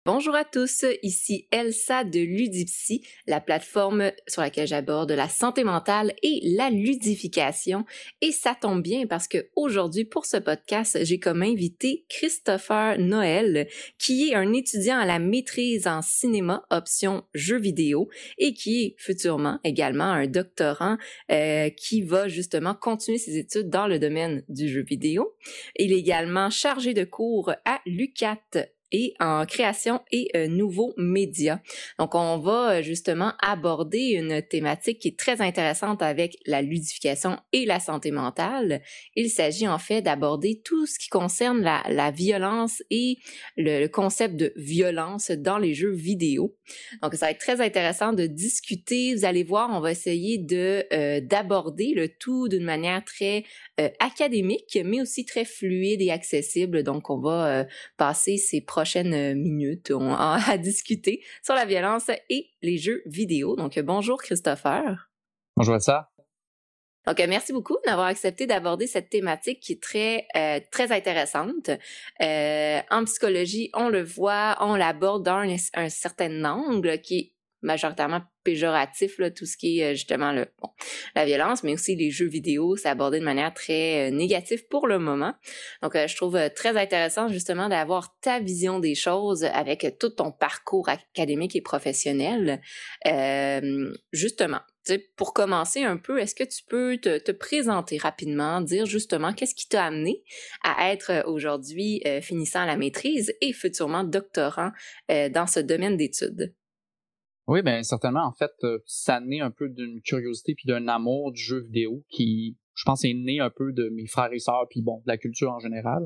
Bonjour à tous, ici Elsa de Ludipsy, la plateforme sur laquelle j'aborde la santé mentale et la ludification. Et ça tombe bien parce que aujourd'hui, pour ce podcast, j'ai comme invité Christopher Noël, qui est un étudiant à la maîtrise en cinéma, option jeux vidéo, et qui est futurement également un doctorant qui va justement continuer ses études dans le domaine du jeu vidéo. Il est également chargé de cours à l'UQAT et en création et nouveaux médias. Donc, on va justement aborder une thématique qui est très intéressante avec la ludification et la santé mentale. Il s'agit en fait d'aborder tout ce qui concerne la violence et le concept de violence dans les jeux vidéo. Donc, ça va être très intéressant de discuter. Vous allez voir, on va essayer d'aborder le tout d'une manière très académique, mais aussi très fluide et accessible. Donc, on va passer ces prochaines minutes à discuter sur la violence et les jeux vidéo. Donc, bonjour Christopher. Bonjour Elsa. Donc, merci beaucoup d'avoir accepté d'aborder cette thématique qui est très intéressante. En psychologie, on le voit, on l'aborde dans un certain angle qui est majoritairement péjoratif, là, tout ce qui est justement la violence, mais aussi les jeux vidéo, c'est abordé de manière très négative pour le moment. Donc, je trouve très intéressant justement d'avoir ta vision des choses avec tout ton parcours académique et professionnel. Justement, pour commencer un peu, est-ce que tu peux te présenter rapidement, dire justement qu'est-ce qui t'a amené à être aujourd'hui finissant à la maîtrise et futurement doctorant dans ce domaine d'études? Oui, bien certainement. En fait, ça naît un peu d'une curiosité puis d'un amour du jeu vidéo qui, je pense, est né un peu de mes frères et sœurs puis bon, de la culture en général.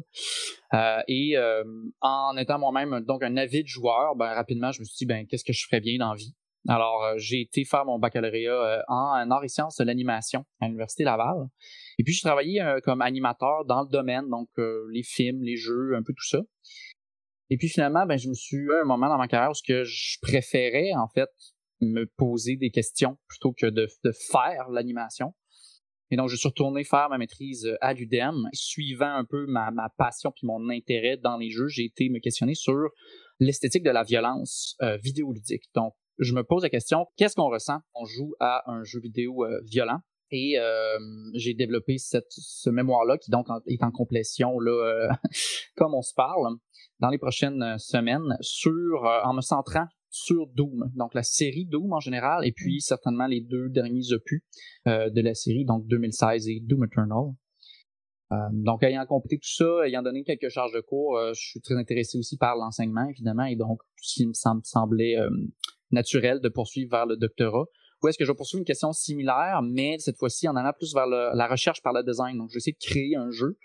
En étant moi-même donc un avide joueur, ben rapidement, je me suis dit, qu'est-ce que je ferais bien dans la vie? Alors, j'ai été faire mon baccalauréat en arts et sciences de l'animation à l'Université Laval. Et puis, je travaillais comme animateur dans le domaine, donc les films, les jeux, un peu tout ça. Et puis finalement, je me suis eu un moment dans ma carrière où je préférais en fait me poser des questions plutôt que de faire l'animation. Et donc, je suis retourné faire ma maîtrise à l'UDEM. Suivant un peu ma passion puis mon intérêt dans les jeux, j'ai été me questionner sur l'esthétique de la violence vidéoludique. Donc, je me pose la question, qu'est-ce qu'on ressent quand on joue à un jeu vidéo violent? Et j'ai développé ce mémoire-là qui donc est en complétion là, comme on se parle dans les prochaines semaines en me centrant sur Doom, donc la série Doom en général, et puis certainement les deux derniers opus de la série, donc 2016 et Doom Eternal. Donc, ayant complété tout ça, ayant donné quelques charges de cours, je suis très intéressé aussi par l'enseignement, évidemment, et donc, il me semblait naturel de poursuivre vers le doctorat. Où est-ce que je vais poursuivre une question similaire, mais cette fois-ci en allant plus vers la recherche par le design. Donc, je vais essayer de créer un jeu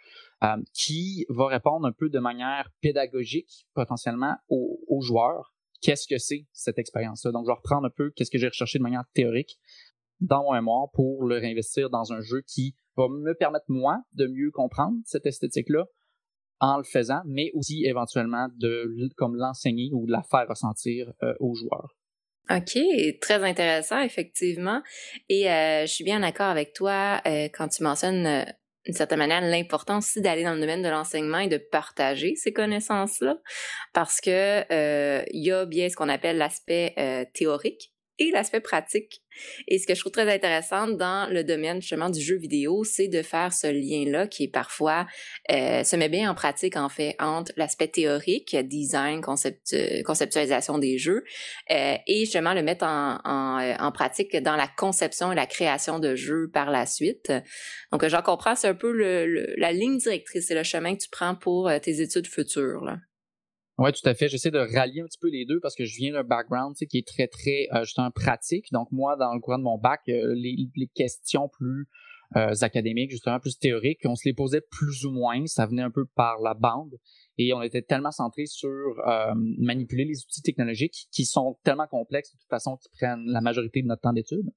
qui va répondre un peu de manière pédagogique, potentiellement, aux joueurs. Qu'est-ce que c'est cette expérience-là? Donc, je vais reprendre un peu qu'est-ce que j'ai recherché de manière théorique dans mon mémoire pour le réinvestir dans un jeu qui va me permettre, moi, de mieux comprendre cette esthétique-là en le faisant, mais aussi éventuellement comme l'enseigner ou de la faire ressentir aux joueurs. OK, très intéressant, effectivement. Et je suis bien d'accord avec toi quand tu mentionnes d'une certaine manière l'importance aussi d'aller dans le domaine de l'enseignement et de partager ces connaissances-là, parce que il y a bien ce qu'on appelle l'aspect théorique et l'aspect pratique. Et ce que je trouve très intéressant dans le domaine justement du jeu vidéo, c'est de faire ce lien-là qui est parfois se met bien en pratique en fait entre l'aspect théorique, design, conceptualisation des jeux, et justement le mettre en pratique dans la conception et la création de jeux par la suite. Donc j'en comprends, c'est un peu la ligne directrice, c'est le chemin que tu prends pour tes études futures, là. Oui, tout à fait. J'essaie de rallier un petit peu les deux parce que je viens d'un background qui est très, très justement pratique. Donc, moi, dans le courant de mon bac, les questions plus académiques, justement, plus théoriques, on se les posait plus ou moins. Ça venait un peu par la bande. Et on était tellement centré sur manipuler les outils technologiques qui sont tellement complexes, de toute façon, qui prennent la majorité de notre temps d'études.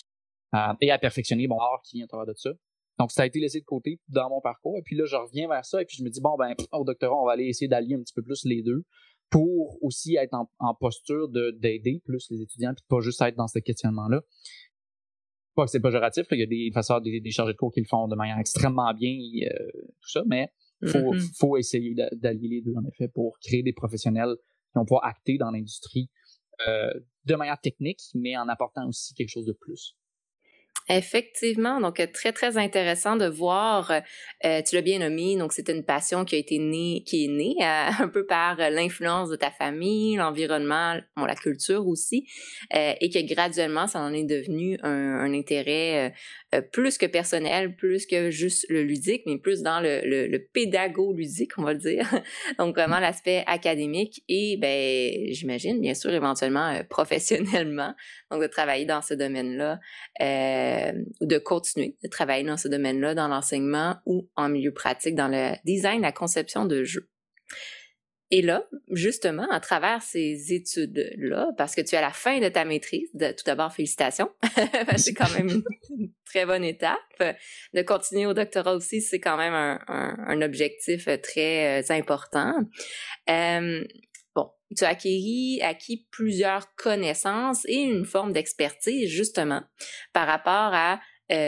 Et à perfectionner l'art qui vient à travers de ça. Donc, ça a été laissé de côté dans mon parcours. Et puis là, je reviens vers ça et puis je me dis, au doctorat, on va aller essayer d'allier un petit peu plus les deux pour aussi être en posture d'aider plus les étudiants puis pas juste être dans ce questionnement-là. Pas que c'est péjoratif, il y a des professeurs, des chargés de cours qui le font de manière extrêmement bien, tout ça, mais faut essayer d'allier les deux, en effet, pour créer des professionnels vont pouvoir acter dans l'industrie de manière technique, mais en apportant aussi quelque chose de plus. Effectivement, donc très, très intéressant de voir, tu l'as bien nommé, donc c'est une passion qui est née un peu par l'influence de ta famille, l'environnement, bon, la culture aussi, et que graduellement, ça en est devenu un intérêt plus que personnel, plus que juste le ludique, mais plus dans le pédago-ludique, on va le dire. Donc vraiment l'aspect académique et, ben, j'imagine, bien sûr, éventuellement professionnellement, donc de travailler dans ce domaine-là, ou de continuer de travailler dans ce domaine-là, dans l'enseignement ou en milieu pratique, dans le design, la conception de jeux. Et là, justement, à travers ces études-là, parce que tu es à la fin de ta maîtrise, tout d'abord, félicitations, c'est quand même une très bonne étape. De continuer au doctorat aussi, c'est quand même un objectif très important. Bon, tu as acquis plusieurs connaissances et une forme d'expertise, justement, par rapport à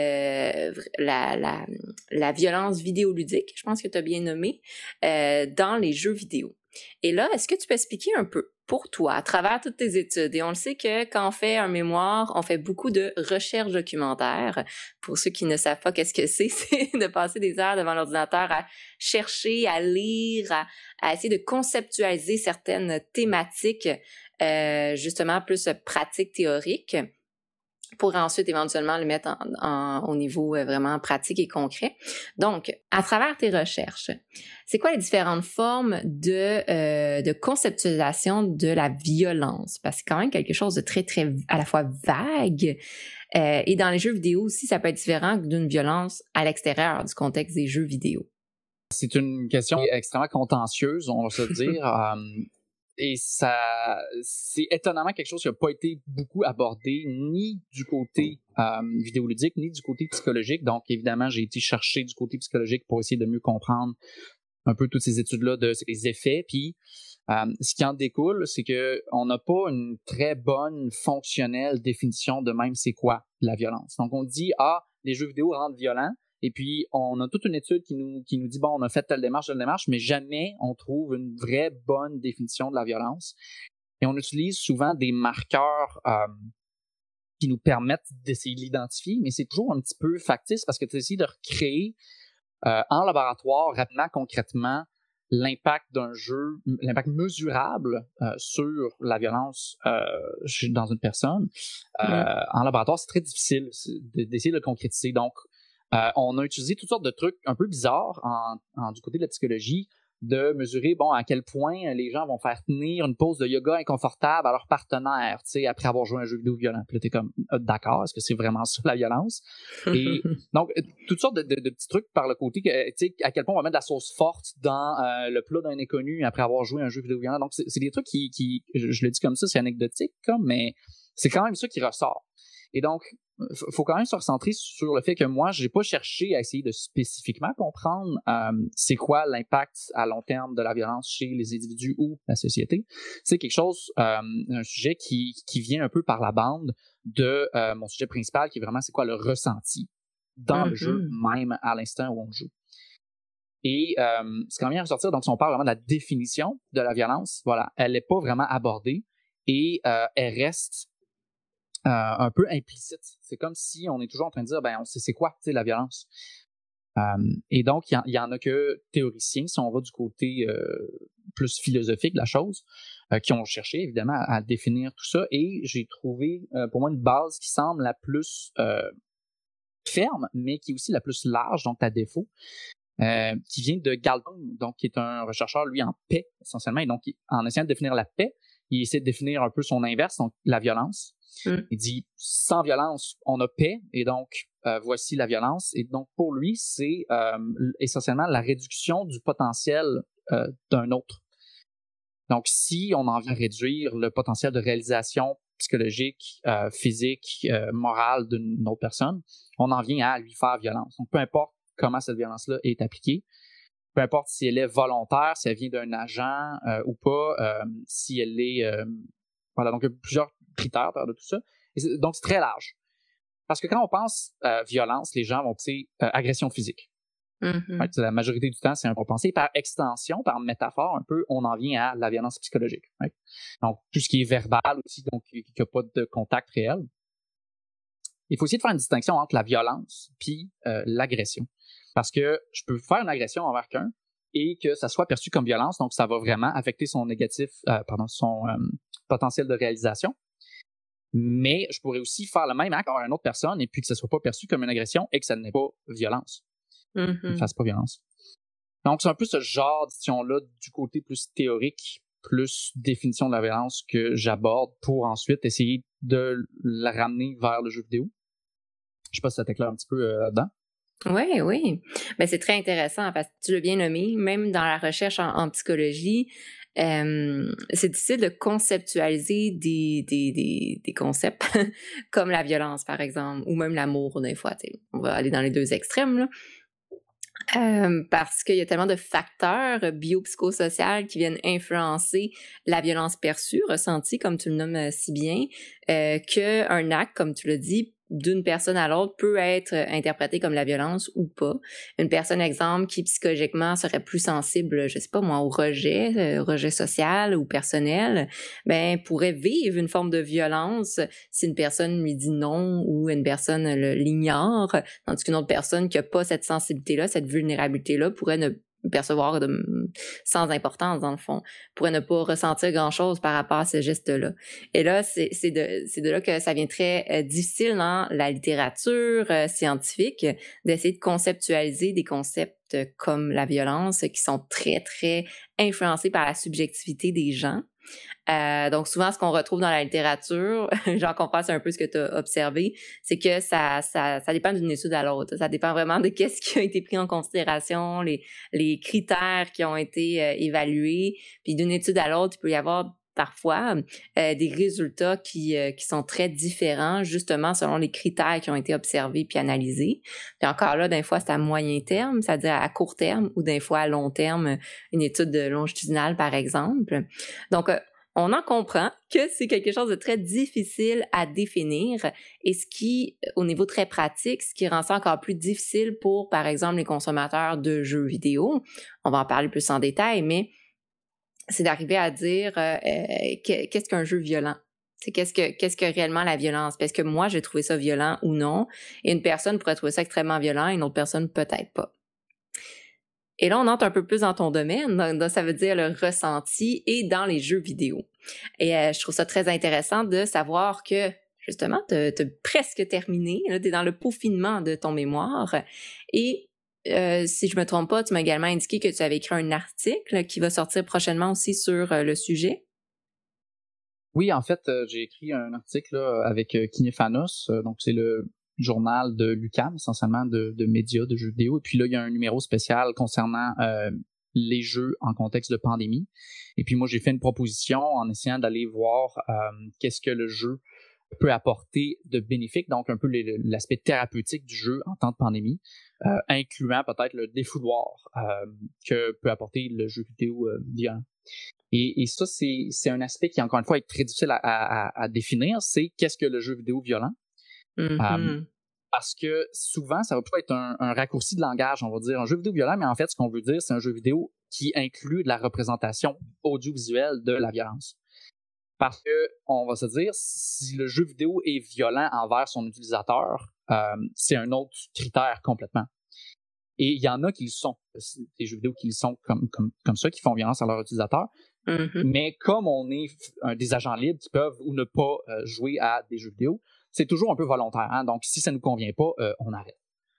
la violence vidéoludique, je pense que tu as bien nommé, dans les jeux vidéo. Et là, est-ce que tu peux expliquer un peu, pour toi, à travers toutes tes études, et on le sait que quand on fait un mémoire, on fait beaucoup de recherche documentaire. Pour ceux qui ne savent pas qu'est-ce que c'est de passer des heures devant l'ordinateur à chercher, à lire, à essayer de conceptualiser certaines thématiques, justement plus pratiques, théoriques, pour ensuite éventuellement le mettre au niveau vraiment pratique et concret. Donc, à travers tes recherches, c'est quoi les différentes formes de conceptualisation de la violence? Parce que c'est quand même quelque chose de très, très à la fois vague. Et dans les jeux vidéo aussi, ça peut être différent d'une violence à l'extérieur du contexte des jeux vidéo. C'est une question extrêmement contentieuse, on va se dire. Et ça, c'est étonnamment quelque chose qui n'a pas été beaucoup abordé, ni du côté vidéoludique, ni du côté psychologique. Donc, évidemment, j'ai été chercher du côté psychologique pour essayer de mieux comprendre un peu toutes ces études-là de ces effets. Puis, ce qui en découle, c'est qu'on n'a pas une très bonne, fonctionnelle définition de même c'est quoi la violence. Donc, on dit, les jeux vidéo rendent violents. Et puis, on a toute une étude qui nous dit, bon, on a fait telle démarche, mais jamais on trouve une vraie bonne définition de la violence. Et on utilise souvent des marqueurs qui nous permettent d'essayer de l'identifier, mais c'est toujours un petit peu factice parce que tu essaies de recréer en laboratoire, rapidement, concrètement, l'impact d'un jeu, l'impact mesurable sur la violence dans une personne. En laboratoire, c'est très difficile d'essayer de le concrétiser. Donc, on a utilisé toutes sortes de trucs un peu bizarres du côté de la psychologie, de mesurer à quel point les gens vont faire tenir une pose de yoga inconfortable à leur partenaire, tu sais, après avoir joué à un jeu vidéo violent. Puis là, t'es comme, d'accord, est-ce que c'est vraiment ça la violence? Et donc, toutes sortes de petits trucs par le côté, tu sais, à quel point on va mettre de la sauce forte dans le plat d'un inconnu après avoir joué à un jeu vidéo violent. Donc, c'est des trucs qui je le dis comme ça, c'est anecdotique, mais c'est quand même ça qui ressort. Et donc, faut quand même se recentrer sur le fait que moi, j'ai pas cherché à essayer de spécifiquement comprendre c'est quoi l'impact à long terme de la violence chez les individus ou la société. C'est quelque chose, un sujet qui vient un peu par la bande de mon sujet principal, qui est vraiment c'est quoi le ressenti dans le jeu, même à l'instant où on joue. Et ce qu'on vient ressortir, donc si on parle vraiment de la définition de la violence, voilà, elle n'est pas vraiment abordée et elle reste un peu implicite. C'est comme si on est toujours en train de dire, on sait c'est quoi, la violence. Et donc, il y en a que théoriciens, si on va du côté plus philosophique de la chose, qui ont cherché, évidemment, à définir tout ça. Et j'ai trouvé, pour moi, une base qui semble la plus ferme, mais qui est aussi la plus large, donc à défaut, qui vient de Galton, donc qui est un chercheur, lui, en paix, essentiellement. Et donc, en essayant de définir la paix, il essaie de définir un peu son inverse, donc la violence. Il dit, sans violence, on a paix, et donc, voici la violence. Et donc, pour lui, c'est essentiellement la réduction du potentiel d'un autre. Donc, si on en vient à réduire le potentiel de réalisation psychologique, physique, morale d'une autre personne, on en vient à lui faire violence. Donc, peu importe comment cette violence-là est appliquée, peu importe si elle est volontaire, si elle vient d'un agent ou pas, si elle est... voilà, donc il y a plusieurs critères de tout ça. Donc, c'est très large. Parce que quand on pense violence, les gens vont penser agression physique. Mhm. La majorité du temps, c'est un compensé. Par extension, par métaphore, un peu, on en vient à la violence psychologique. Right? Donc, tout ce qui est verbal aussi, donc qui n'a pas de contact réel. Il faut aussi faire une distinction entre la violence puis l'agression. Parce que je peux faire une agression envers quelqu'un et que ça soit perçu comme violence, donc ça va vraiment affecter son son potentiel de réalisation. Mais je pourrais aussi faire le même acte envers une autre personne et puis que ça ne soit pas perçu comme une agression et que ça n'est pas violence. Ne fasse pas violence. Donc, c'est un peu ce genre d'édition-là du côté plus théorique, plus définition de la violence que j'aborde pour ensuite essayer de la ramener vers le jeu vidéo. Je sais pas si ça t'éclaire un petit peu là-dedans. Oui, oui. Ben, c'est très intéressant parce que tu l'as bien nommé, même dans la recherche en psychologie, c'est difficile de conceptualiser des concepts comme la violence, par exemple, ou même l'amour, des fois. On va aller dans les deux extrêmes, là. Parce qu'il y a tellement de facteurs biopsychosociaux qui viennent influencer la violence perçue, ressentie, comme tu le nommes si bien, qu'un acte, comme tu l'as dit, d'une personne à l'autre peut être interprété comme la violence ou pas. Une personne, exemple, qui psychologiquement serait plus sensible, je sais pas moi, au rejet social ou personnel, ben pourrait vivre une forme de violence si une personne lui dit non ou une personne l'ignore, tandis qu'une autre personne qui a pas cette sensibilité-là, cette vulnérabilité-là, pourrait ne percevoir sans importance, dans le fond, pourrait ne pas ressentir grand-chose par rapport à ce geste-là. Et là, c'est de là que ça vient très difficile dans la littérature scientifique d'essayer de conceptualiser des concepts comme la violence qui sont très, très influencés par la subjectivité des gens. Donc souvent, ce qu'on retrouve dans la littérature, j'en comprends, c'est un peu ce que tu as observé, c'est que ça dépend d'une étude à l'autre. Ça dépend vraiment de qu'est-ce qui a été pris en considération, les critères qui ont été évalués. Puis d'une étude à l'autre, il peut y avoir parfois des résultats qui sont très différents, justement selon les critères qui ont été observés puis analysés. Puis encore là, des fois, c'est à moyen terme, c'est-à-dire à court terme, ou des fois à long terme, une étude longitudinale, par exemple. Donc, on en comprend que c'est quelque chose de très difficile à définir et ce qui, au niveau très pratique, ce qui rend ça encore plus difficile pour, par exemple, les consommateurs de jeux vidéo. On va en parler plus en détail, mais c'est d'arriver à dire qu'est-ce qu'un jeu violent? C'est qu'est-ce que réellement la violence? Parce que moi, j'ai trouvé ça violent ou non, et une personne pourrait trouver ça extrêmement violent, et une autre personne peut-être pas. Et là, on entre un peu plus dans ton domaine, donc ça veut dire le ressenti et dans les jeux vidéo. Et je trouve ça très intéressant de savoir que, justement, t'as presque terminé, t'es dans le peaufinement de ton mémoire. Et si je me trompe pas, tu m'as également indiqué que tu avais écrit un article qui va sortir prochainement aussi sur le sujet. Oui, en fait, j'ai écrit un article là, avec Kinefanos, donc c'est le journal de l'UQAM, essentiellement de médias, de jeux vidéo. Et puis là, il y a un numéro spécial concernant les jeux en contexte de pandémie. Et puis moi, j'ai fait une proposition en essayant d'aller voir qu'est-ce que le jeu peut apporter de bénéfique, donc un peu l'aspect thérapeutique du jeu en temps de pandémie, incluant peut-être le défouloir que peut apporter le jeu vidéo violent. Et ça, c'est un aspect qui, encore une fois, est très difficile à définir, c'est qu'est-ce que le jeu vidéo violent? Mm-hmm. Parce que souvent, ça va plutôt être un raccourci de langage, on va dire un jeu vidéo violent, mais en fait, ce qu'on veut dire, c'est un jeu vidéo qui inclut de la représentation audiovisuelle de la violence. Parce que, on va se dire, si le jeu vidéo est violent envers son utilisateur, c'est un autre critère complètement. Et il y en a qui le sont, des jeux vidéo qui le sont comme ça, qui font violence à leurs utilisateurs. Mm-hmm. Mais comme on est des agents libres qui peuvent ou ne pas jouer à des jeux vidéo, c'est toujours un peu volontaire. Hein? Donc, si ça ne nous convient pas, on arrête.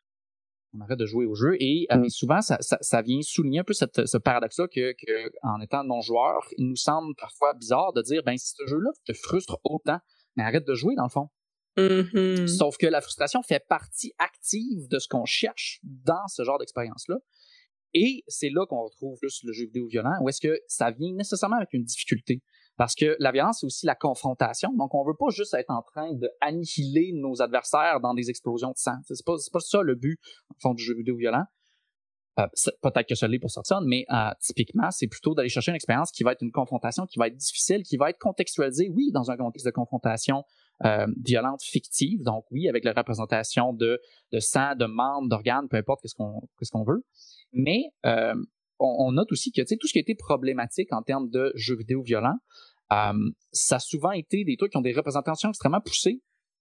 On arrête de jouer au jeu. Et souvent, ça vient souligner un peu ce paradoxe-là que, en étant non-joueur, il nous semble parfois bizarre de dire, ben si ce jeu-là te frustre autant, mais arrête de jouer dans le fond. Mm-hmm. Sauf que la frustration fait partie active de ce qu'on cherche dans ce genre d'expérience-là. Et c'est là qu'on retrouve plus le jeu vidéo violent, où est-ce que ça vient nécessairement avec une difficulté. Parce que la violence, c'est aussi la confrontation. Donc, on veut pas juste être en train d'annihiler nos adversaires dans des explosions de sang. C'est pas ça le but, en fond, du jeu vidéo violent. Peut-être que ça l'est pour certaines, mais typiquement, c'est plutôt d'aller chercher une expérience qui va être une confrontation, qui va être difficile, qui va être contextualisée, oui, dans un contexte de confrontation violente fictive. Donc oui, avec la représentation de sang, de membres, d'organes, peu importe qu'est-ce qu'on veut. Mais on note aussi que tout ce qui a été problématique en termes de jeux vidéo violents, ça a souvent été des trucs qui ont des représentations extrêmement poussées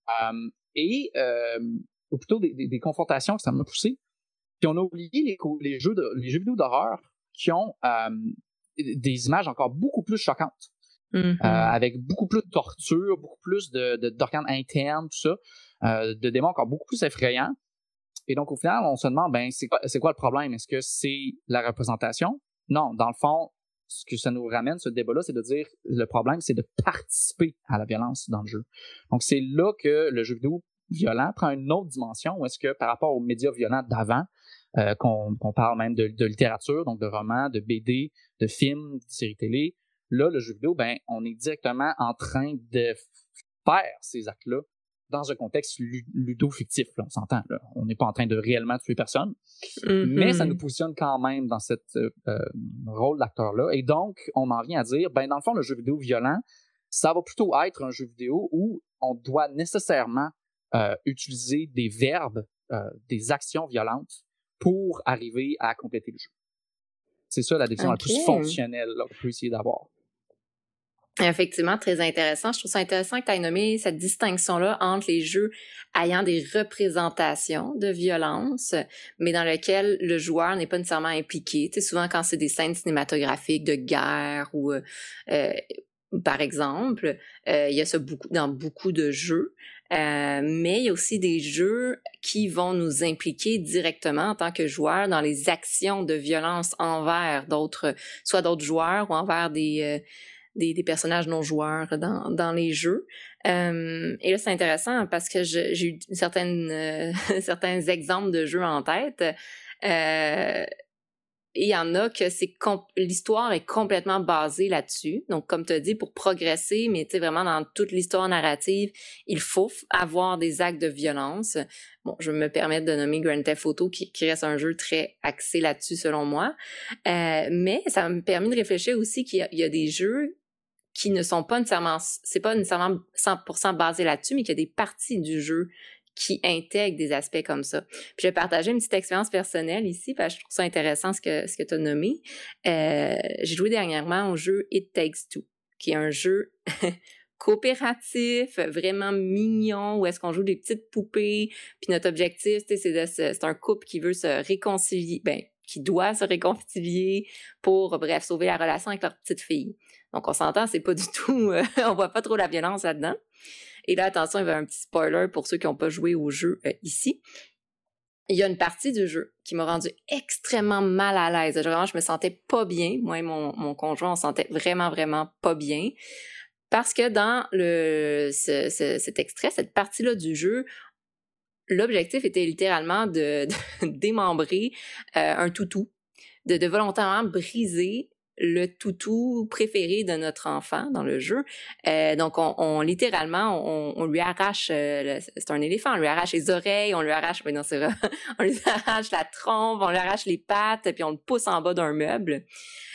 ou plutôt des confrontations extrêmement poussées. Puis on a oublié les jeux vidéo d'horreur qui ont des images encore beaucoup plus choquantes, avec beaucoup plus de torture, beaucoup plus d'organes internes, tout ça, de démons encore beaucoup plus effrayants. Et donc, au final, on se demande, c'est quoi le problème? Est-ce que c'est la représentation? Non, dans le fond, ce que ça nous ramène, ce débat-là, c'est de dire, le problème, c'est de participer à la violence dans le jeu. Donc, c'est là que le jeu vidéo violent prend une autre dimension, où est-ce que par rapport aux médias violents d'avant, qu'on parle même de littérature, donc de romans, de BD, de films, de séries télé, là, le jeu vidéo, on est directement en train de faire ces actes-là dans un contexte ludo-fictif, là, on s'entend. Là. On n'est pas en train de réellement tuer personne, mais ça nous positionne quand même dans ce rôle d'acteur-là. Et donc, on en vient à dire, dans le fond, le jeu vidéo violent, ça va plutôt être un jeu vidéo où on doit nécessairement utiliser des verbes, des actions violentes pour arriver à compléter le jeu. C'est ça la définition la plus fonctionnelle là, qu'on peut essayer d'avoir. Effectivement, très intéressant. Je trouve ça intéressant que tu aies nommé cette distinction-là entre les jeux ayant des représentations de violence, mais dans lesquels le joueur n'est pas nécessairement impliqué. Tu sais, souvent, quand c'est des scènes cinématographiques de guerre ou, par exemple, il y a ça dans beaucoup de jeux, mais il y a aussi des jeux qui vont nous impliquer directement en tant que joueurs dans les actions de violence envers soit d'autres joueurs ou envers des personnages non joueurs dans les jeux. Et là, c'est intéressant parce que j'ai eu certains exemples de jeux en tête. Et il y en a que l'histoire est complètement basée là-dessus. Donc, comme tu as dit, pour progresser, mais tu sais, vraiment dans toute l'histoire narrative, il faut avoir des actes de violence. Bon, je vais me permettre de nommer Grand Theft Auto, qui reste un jeu très axé là-dessus, selon moi. Mais ça m'a permis de réfléchir aussi qu'il y a des jeux qui ne sont pas nécessairement, c'est pas nécessairement 100% basé là-dessus, mais qu'il y a des parties du jeu qui intègrent des aspects comme ça. Puis je vais partager une petite expérience personnelle ici, parce que je trouve ça intéressant ce que tu as nommé. J'ai joué dernièrement au jeu It Takes Two, qui est un jeu coopératif, vraiment mignon, où est-ce qu'on joue des petites poupées, puis notre objectif, c'est un couple qui veut se réconcilier, qui doit se réconcilier pour, bref, sauver la relation avec leur petite fille. Donc, on s'entend, c'est pas du tout... on voit pas trop la violence là-dedans. Et là, attention, il y avait un petit spoiler pour ceux qui n'ont pas joué au jeu ici. Il y a une partie du jeu qui m'a rendue extrêmement mal à l'aise. Vraiment, je me sentais pas bien. Moi et mon conjoint, on se sentait vraiment, vraiment pas bien. Parce que dans cet extrait, cette partie-là du jeu, l'objectif était littéralement de démembrer un toutou, de volontairement briser le toutou préféré de notre enfant dans le jeu. Donc, on lui arrache, c'est un éléphant, on lui arrache les oreilles, on lui arrache, on lui arrache la trompe, on lui arrache les pattes, puis on le pousse en bas d'un meuble.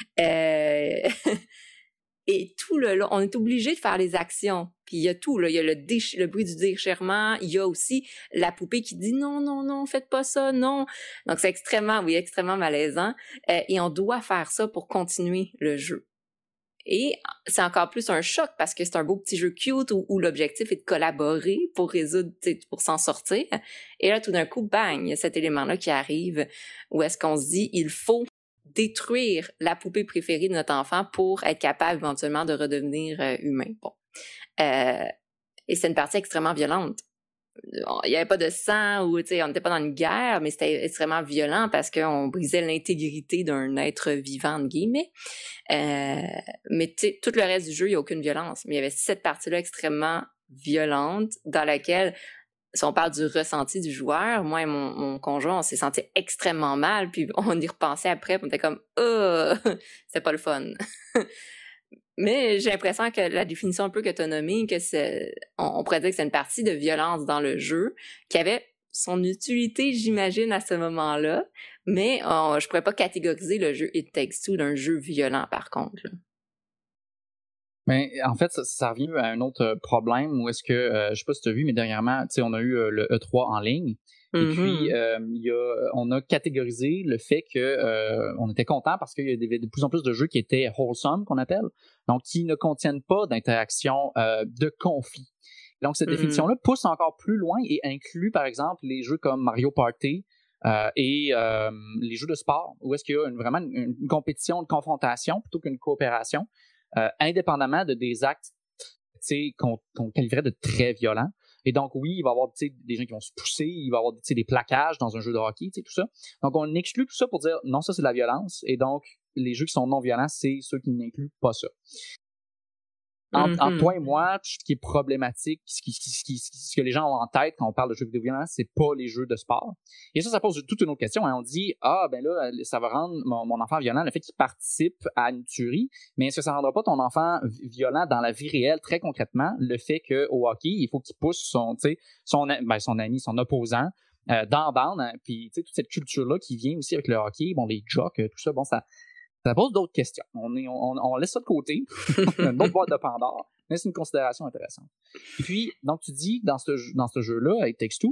Et tout le long, on est obligé de faire les actions. Puis il y a tout, là. Il y a le bruit du déchirement. Il y a aussi la poupée qui dit non, non, non, faites pas ça, non. Donc c'est extrêmement malaisant. Et on doit faire ça pour continuer le jeu. Et c'est encore plus un choc parce que c'est un beau petit jeu cute où l'objectif est de collaborer pour résoudre, pour s'en sortir. Et là, tout d'un coup, bang, il y a cet élément-là qui arrive où est-ce qu'on se dit, il faut détruire la poupée préférée de notre enfant pour être capable éventuellement de redevenir humain. Bon. Et c'est une partie extrêmement violente. Il n'y avait pas de sang ou, on n'était pas dans une guerre, mais c'était extrêmement violent parce qu'on brisait l'intégrité d'un être vivant, entre guillemets. Mais tout le reste du jeu, il n'y a aucune violence. Mais il y avait cette partie-là extrêmement violente dans laquelle, si on parle du ressenti du joueur, moi et mon conjoint, on s'est senti extrêmement mal, puis on y repensait après, puis on était comme « Oh, c'est pas le fun! » Mais j'ai l'impression que la définition un peu que tu as nommée, on pourrait dire que c'est une partie de violence dans le jeu, qui avait son utilité, j'imagine, à ce moment-là, mais je pourrais pas catégoriser le jeu It Takes Two d'un jeu violent, par contre. Là. Mais en fait, ça revient à un autre problème où est-ce que, je sais pas si tu as vu, mais dernièrement, tu sais, on a eu le E3 en ligne. Et puis, on a catégorisé le fait que on était content parce qu'il y avait de plus en plus de jeux qui étaient wholesome, qu'on appelle, donc qui ne contiennent pas d'interaction de conflit. Donc, cette définition-là pousse encore plus loin et inclut, par exemple, les jeux comme Mario Party et les jeux de sport, où est-ce qu'il y a vraiment une compétition, une confrontation plutôt qu'une coopération, indépendamment de des actes qu'on qualifierait de très violents. Et donc, oui, il va y avoir des gens qui vont se pousser, il va y avoir des plaquages dans un jeu de hockey, tout ça. Donc, on exclut tout ça pour dire non, ça, c'est de la violence. Et donc, les jeux qui sont non violents, c'est ceux qui n'incluent pas ça. Entre toi et moi, ce qui est problématique, ce que les gens ont en tête quand on parle de jeux vidéo violents, c'est pas les jeux de sport. Et ça pose toute une autre question. Hein. On dit, ben là, ça va rendre mon enfant violent, le fait qu'il participe à une tuerie, mais est-ce que ça rendra pas ton enfant violent dans la vie réelle, très concrètement, le fait qu'au hockey, il faut qu'il pousse son ami, son opposant, dans la bande, hein, puis toute cette culture-là qui vient aussi avec le hockey, bon, les jocks, tout ça, bon, ça pose d'autres questions. On laisse ça de côté. Une autre boîte de Pandore, mais c'est une considération intéressante. Et puis, donc, tu dis, dans ce jeu-là, avec Takes-Two,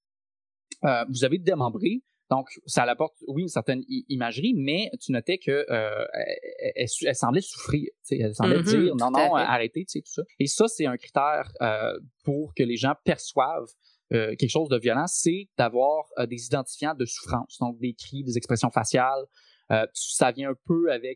vous avez démembré. Donc, ça apporte, oui, une certaine imagerie, mais tu notais que elle semblait souffrir. Elle semblait dire, non, arrêtez, tout ça. Et ça, c'est un critère pour que les gens perçoivent quelque chose de violent, c'est d'avoir des identifiants de souffrance. Donc, des cris, des expressions faciales. Ça vient un peu avec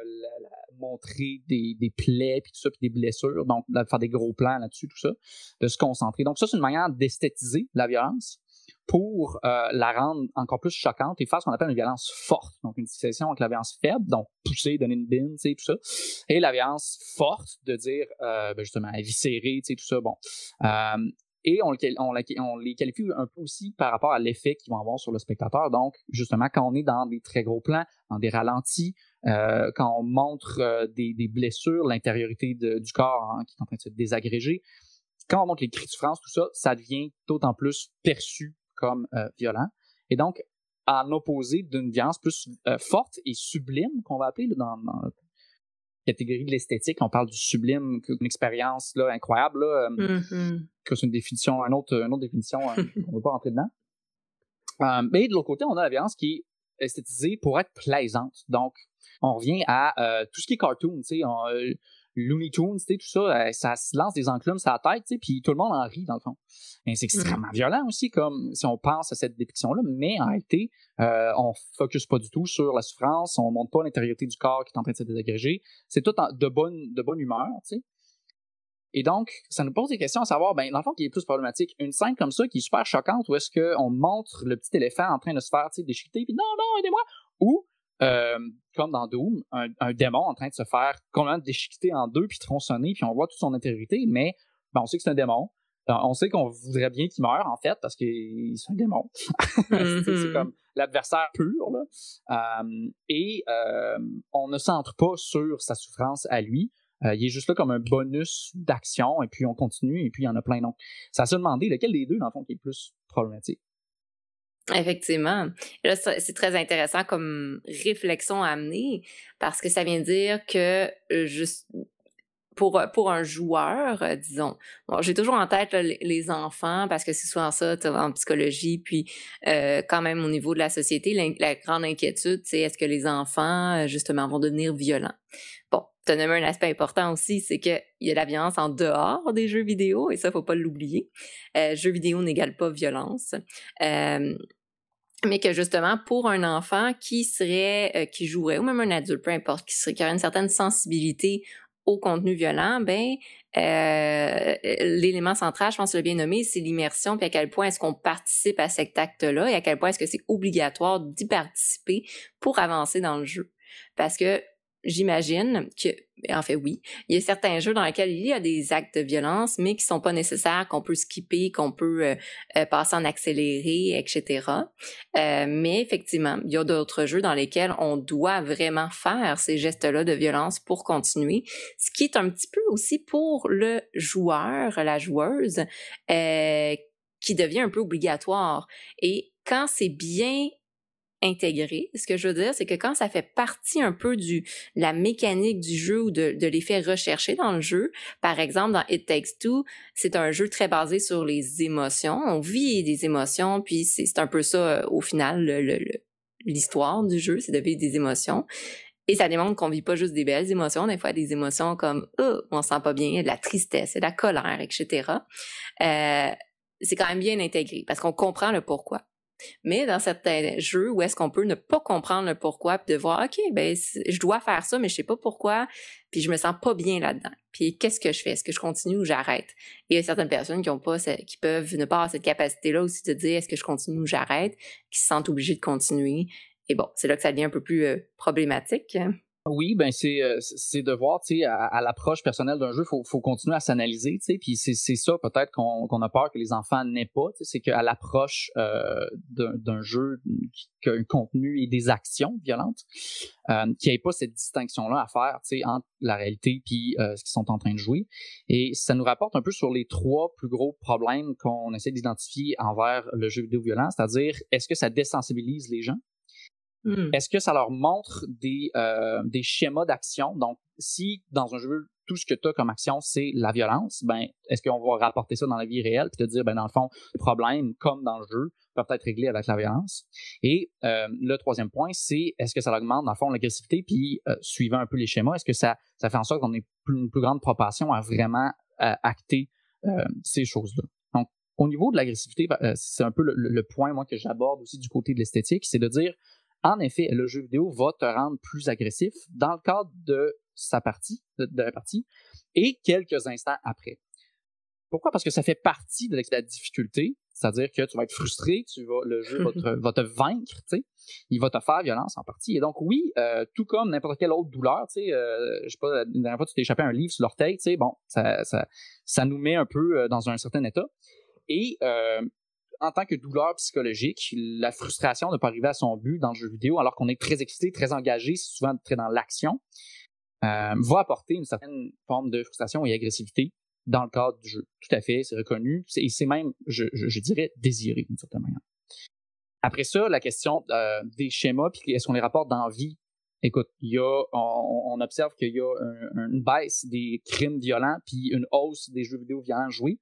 montrer des plaies puis tout ça, puis des blessures, donc de faire des gros plans là-dessus, tout ça, de se concentrer. Donc ça, c'est une manière d'esthétiser la violence pour la rendre encore plus choquante et faire ce qu'on appelle une violence forte. Donc une distinction entre la violence faible, donc pousser, donner une bine, tu sais, tout ça, et la violence forte, de dire justement éviscérer, tu sais, tout ça, bon. Et on les qualifie un peu aussi par rapport à l'effet qu'ils vont avoir sur le spectateur. Donc, justement, quand on est dans des très gros plans, dans des ralentis, quand on montre des blessures, l'intériorité du corps qui est en train de se désagréger, quand on montre les cris de souffrance, tout ça, ça devient d'autant plus perçu comme violent. Et donc, en opposé d'une violence plus forte et sublime, qu'on va appeler là, dans catégorie de l'esthétique, on parle du sublime, une expérience là, incroyable, là, que c'est une définition, une autre définition, on ne veut pas rentrer dedans. Mais de l'autre côté, on a la violence qui est esthétisée pour être plaisante. Donc, on revient à tout ce qui est cartoon, tu sais, Looney Tunes, tu sais, tout ça, ça se lance des enclumes sur la tête, tu sais, puis tout le monde en rit, dans le fond. Et c'est extrêmement violent aussi, comme si on pense à cette dépiction-là, mais en réalité, on focus pas du tout sur la souffrance, on montre pas l'intériorité du corps qui est en train de se désagréger. C'est tout de bonne humeur, tu sais. Et donc, ça nous pose des questions à savoir, ben, dans le fond, qui est plus problématique, une scène comme ça qui est super choquante, où est-ce qu'on montre le petit éléphant en train de se faire déchiqueter, puis non, aidez-moi, ou comme dans Doom, un démon en train de se faire complètement déchiqueter en deux, puis tronçonner, puis on voit toute son intériorité, mais ben, on sait que c'est un démon. On sait qu'on voudrait bien qu'il meure, en fait, parce que c'est un démon. C'est comme l'adversaire pur, là. On ne centre pas sur sa souffrance à lui. Il est juste là comme un bonus d'action, et puis on continue, et puis il y en a plein d'autres. Ça se demander lequel des deux, dans le fond, qui est le plus problématique. Effectivement. Là, c'est très intéressant comme réflexion à amener parce que ça vient dire que juste pour un joueur, disons, bon, j'ai toujours en tête là, les enfants parce que c'est souvent ça en psychologie, puis quand même au niveau de la société, la grande inquiétude, c'est est-ce que les enfants, justement, vont devenir violents? Bon, tu as nommé un aspect important aussi, c'est qu'il y a la violence en dehors des jeux vidéo, et ça, faut pas l'oublier. Jeux vidéo n'égale pas violence. Mais que justement, pour un enfant qui jouerait, ou même un adulte, peu importe, qui aurait une certaine sensibilité au contenu violent, ben l'élément central, je pense que tu l'as bien nommé, c'est l'immersion, puis à quel point est-ce qu'on participe à cet acte-là et à quel point est-ce que c'est obligatoire d'y participer pour avancer dans le jeu. Parce que j'imagine que, en fait oui, il y a certains jeux dans lesquels il y a des actes de violence, mais qui sont pas nécessaires, qu'on peut skipper, qu'on peut passer en accéléré, etc. Mais effectivement, il y a d'autres jeux dans lesquels on doit vraiment faire ces gestes-là de violence pour continuer, ce qui est un petit peu aussi pour le joueur, la joueuse, qui devient un peu obligatoire. Et quand c'est bien intégré. Ce que je veux dire, c'est que quand ça fait partie un peu de la mécanique du jeu ou de l'effet recherché dans le jeu, par exemple, dans It Takes Two, c'est un jeu très basé sur les émotions. On vit des émotions, puis c'est un peu ça, au final, l'histoire du jeu, c'est de vivre des émotions. Et ça démontre qu'on vit pas juste des belles émotions, des fois des émotions comme on se sent pas bien, de la tristesse, de la colère, etc. C'est quand même bien intégré parce qu'on comprend le pourquoi. Mais dans certains jeux où est-ce qu'on peut ne pas comprendre le pourquoi puis de voir OK, ben je dois faire ça mais je sais pas pourquoi, puis je me sens pas bien là-dedans. Puis qu'est-ce que je fais? Est-ce que je continue ou j'arrête? Et il y a certaines personnes qui peuvent ne pas avoir cette capacité-là aussi de dire est-ce que je continue ou j'arrête, qui se sentent obligées de continuer. Et bon, c'est là que ça devient un peu plus problématique. Oui, ben c'est de voir, tu sais, à l'approche personnelle d'un jeu, faut continuer à s'analyser, tu sais, puis c'est ça peut-être qu'on a peur que les enfants n'aient pas, tu sais, c'est qu'à l'approche d'un jeu qui a un contenu et des actions violentes, qu'il n'y ait pas cette distinction-là à faire, tu sais, entre la réalité puis ce qu'ils sont en train de jouer. Et ça nous rapporte un peu sur les 3 plus gros problèmes qu'on essaie d'identifier envers le jeu vidéo violent, c'est-à-dire, est-ce que ça désensibilise les gens? Est-ce que ça leur montre des schémas d'action? Donc, si dans un jeu, tout ce que tu as comme action, c'est la violence, ben, est-ce qu'on va rapporter ça dans la vie réelle puis te dire, ben, dans le fond, le problème, comme dans le jeu, peuvent être réglés avec la violence? Et le 3e point, c'est est-ce que ça augmente, dans le fond, l'agressivité puis, suivant un peu les schémas, est-ce que ça fait en sorte qu'on ait une plus grande propension à vraiment acter ces choses-là? Donc, au niveau de l'agressivité, c'est un peu le point, moi, que j'aborde aussi du côté de l'esthétique, c'est de dire, en effet, le jeu vidéo va te rendre plus agressif dans le cadre de sa partie, de la partie, et quelques instants après. Pourquoi? Parce que ça fait partie de la difficulté, c'est-à-dire que tu vas être frustré, le jeu va te vaincre, tu sais, il va te faire violence en partie. Et donc oui, tout comme n'importe quelle autre douleur, tu sais, je sais pas, la dernière fois tu t'es échappé un livre sur l'orteil, tu sais, bon, ça nous met un peu dans un certain état. Et en tant que douleur psychologique, la frustration de ne pas arriver à son but dans le jeu vidéo, alors qu'on est très excité, très engagé, souvent très dans l'action, va apporter une certaine forme de frustration et agressivité dans le cadre du jeu. Tout à fait, c'est reconnu, et c'est même, je dirais, désiré d'une certaine manière. Après ça, la question des schémas, puis est-ce qu'on les rapporte dans la vie? Écoute, on observe qu'il y a une baisse des crimes violents, puis une hausse des jeux vidéo violents joués.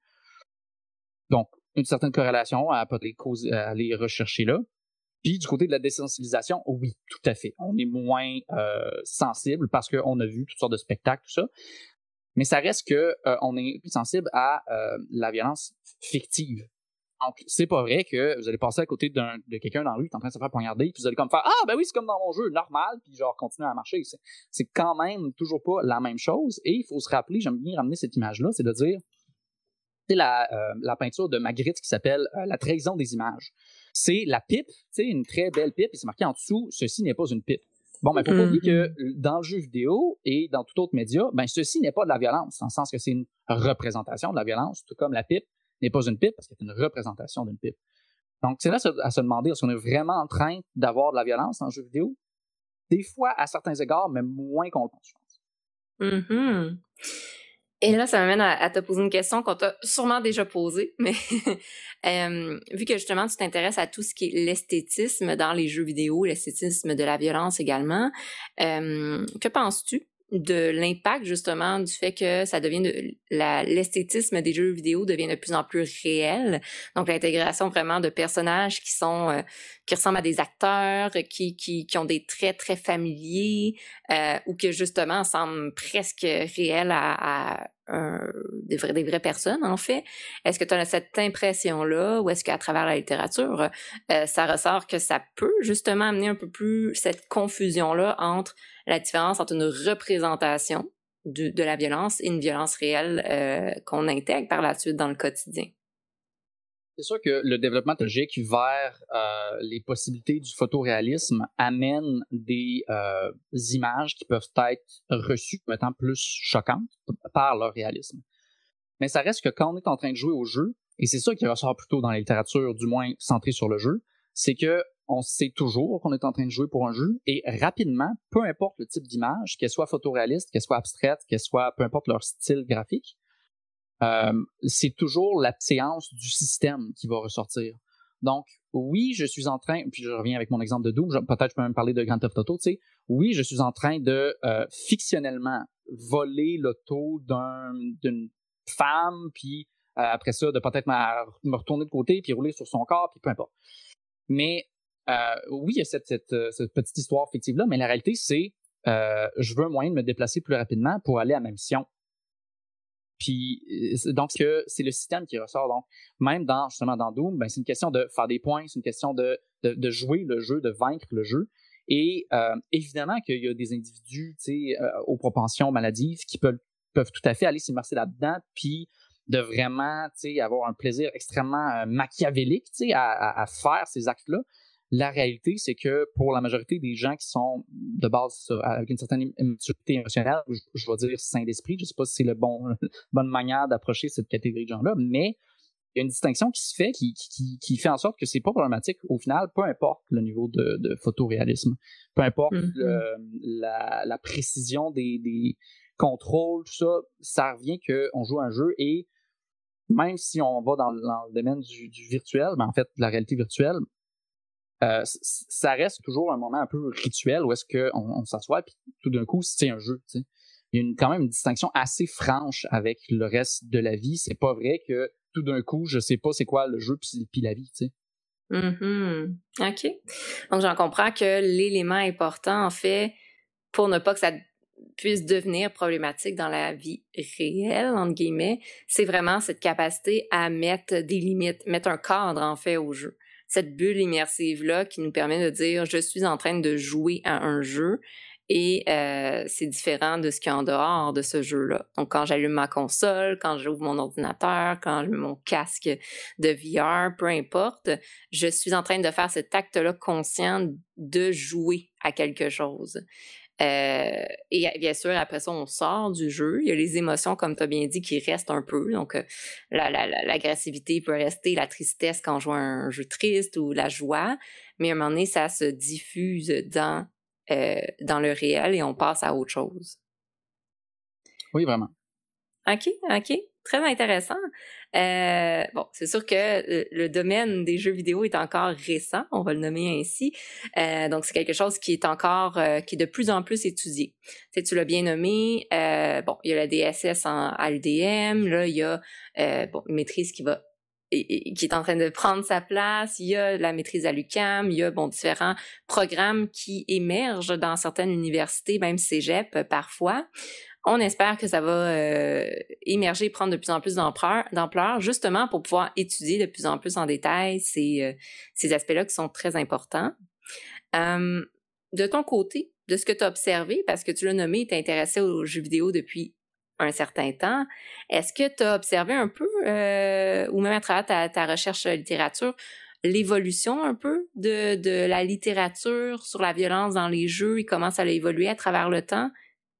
Donc, une certaine corrélation à les rechercher là. Puis du côté de la désensibilisation, oui, tout à fait. On est moins sensible parce qu'on a vu toutes sortes de spectacles, tout ça. Mais ça reste que on est plus sensible à la violence fictive. Donc, c'est pas vrai que vous allez passer à côté de quelqu'un dans la rue qui est en train de se faire poignarder, puis vous allez comme faire « Ah, ben oui, c'est comme dans mon jeu, normal », puis genre continuer à marcher. C'est quand même toujours pas la même chose. Et il faut se rappeler, j'aime bien ramener cette image-là, c'est de dire c'est la peinture de Magritte qui s'appelle La trahison des images. C'est la pipe, une très belle pipe, et c'est marqué en dessous « Ceci n'est pas une pipe ». Bon, mais il faut pas oublier que dans le jeu vidéo et dans tout autre média, ben ceci n'est pas de la violence, dans le sens que c'est une représentation de la violence, tout comme la pipe n'est pas une pipe parce que c'est une représentation d'une pipe. Donc, c'est là à se demander, est-ce qu'on est vraiment en train d'avoir de la violence dans le jeu vidéo? Des fois, à certains égards, mais moins qu'on le pense, je pense. Et là, ça m'amène à te poser une question qu'on t'a sûrement déjà posée, mais vu que justement tu t'intéresses à tout ce qui est l'esthétisme dans les jeux vidéo, l'esthétisme de la violence également, que penses-tu de l'impact justement du fait que ça devient l'esthétisme des jeux vidéo devient de plus en plus réel, donc l'intégration vraiment de personnages qui ressemblent à des acteurs, qui ont des traits très familiers, ou que justement semblent presque réels à des vraies personnes en fait. Est-ce que tu as cette impression-là, ou est-ce qu'à travers la littérature, ça ressort que ça peut justement amener un peu plus cette confusion-là entre la différence entre une représentation de la violence et une violence réelle qu'on intègre par la suite dans le quotidien? C'est sûr que le développement technologique vers les possibilités du photoréalisme amène des images qui peuvent être reçues comme étant plus choquantes par leur réalisme. Mais ça reste que quand on est en train de jouer au jeu, et c'est ça qui ressort plutôt dans la littérature, du moins centrée sur le jeu, c'est que on sait toujours qu'on est en train de jouer pour un jeu, et rapidement, peu importe le type d'image, qu'elle soit photoréaliste, qu'elle soit abstraite, peu importe leur style graphique, c'est toujours la séance du système qui va ressortir. Donc, oui, je suis en train, puis je reviens avec mon exemple de Doom, peut-être je peux même parler de Grand Theft Auto, tu sais. Oui, je suis en train de fictionnellement voler l'auto d'une femme, puis après ça, de peut-être me retourner de côté, puis rouler sur son corps, puis peu importe. Mais oui, il y a cette petite histoire fictive-là, mais la réalité, c'est je veux un moyen de me déplacer plus rapidement pour aller à ma mission. Puis donc c'est le système qui ressort. Donc même justement dans Doom, ben c'est une question de faire des points, c'est une question de jouer le jeu, de vaincre le jeu. Et évidemment qu'il y a des individus, tu sais, aux propensions maladives qui peuvent tout à fait aller s'immerser là-dedans, puis de vraiment, tu sais, avoir un plaisir extrêmement machiavélique, tu sais, à faire ces actes-là. La réalité, c'est que pour la majorité des gens qui sont de base avec une certaine maturité émotionnelle, je vais dire sain d'esprit, je ne sais pas si c'est bonne manière d'approcher cette catégorie de gens-là, mais il y a une distinction qui se fait qui fait en sorte que c'est pas problématique au final, peu importe le niveau de photoréalisme, peu importe la précision des contrôles, tout ça, ça revient qu'on joue à un jeu et même si on va dans le domaine du virtuel, ben en fait, de la réalité virtuelle, ça reste toujours un moment un peu rituel où est-ce qu'on s'assoit puis tout d'un coup c'est un jeu, tu sais. Il y a quand même une distinction assez franche avec le reste de la vie. C'est pas vrai que tout d'un coup je sais pas c'est quoi le jeu puis la vie, tu sais. OK. Donc j'en comprends que l'élément important en fait pour ne pas que ça puisse devenir problématique dans la vie réelle, entre guillemets, c'est vraiment cette capacité à mettre des limites, mettre un cadre en fait au jeu. Cette bulle immersive-là qui nous permet de dire « je suis en train de jouer à un jeu » et c'est différent de ce qu'il y a en dehors de ce jeu-là. Donc, quand j'allume ma console, quand j'ouvre mon ordinateur, quand je mets mon casque de VR, peu importe, je suis en train de faire cet acte-là conscient de jouer à quelque chose. Et bien sûr, après ça, on sort du jeu. Il y a les émotions, comme tu as bien dit, qui restent un peu. Donc, l'agressivité peut rester, la tristesse quand on joue à un jeu triste ou la joie. Mais à un moment donné, ça se diffuse dans le réel et on passe à autre chose. Oui, vraiment. OK. Très intéressant. Bon, c'est sûr que le domaine des jeux vidéo est encore récent, on va le nommer ainsi. Donc, c'est quelque chose qui est encore, qui est de plus en plus étudié. Tu l'as bien nommé. Bon, il y a la DSS à l'UDM. Là, il y a une maîtrise qui est en train de prendre sa place. Il y a la maîtrise à l'UQAM. Il y a différents programmes qui émergent dans certaines universités, même cégep parfois. On espère que ça va émerger et prendre de plus en plus d'ampleur, justement pour pouvoir étudier de plus en plus en détail ces aspects-là qui sont très importants. De ton côté, de ce que tu as observé, parce que tu l'as nommé, tu es intéressé aux jeux vidéo depuis un certain temps, est-ce que tu as observé un peu, ou même à travers ta recherche littérature, l'évolution un peu de la littérature sur la violence dans les jeux et comment ça a évolué à travers le temps?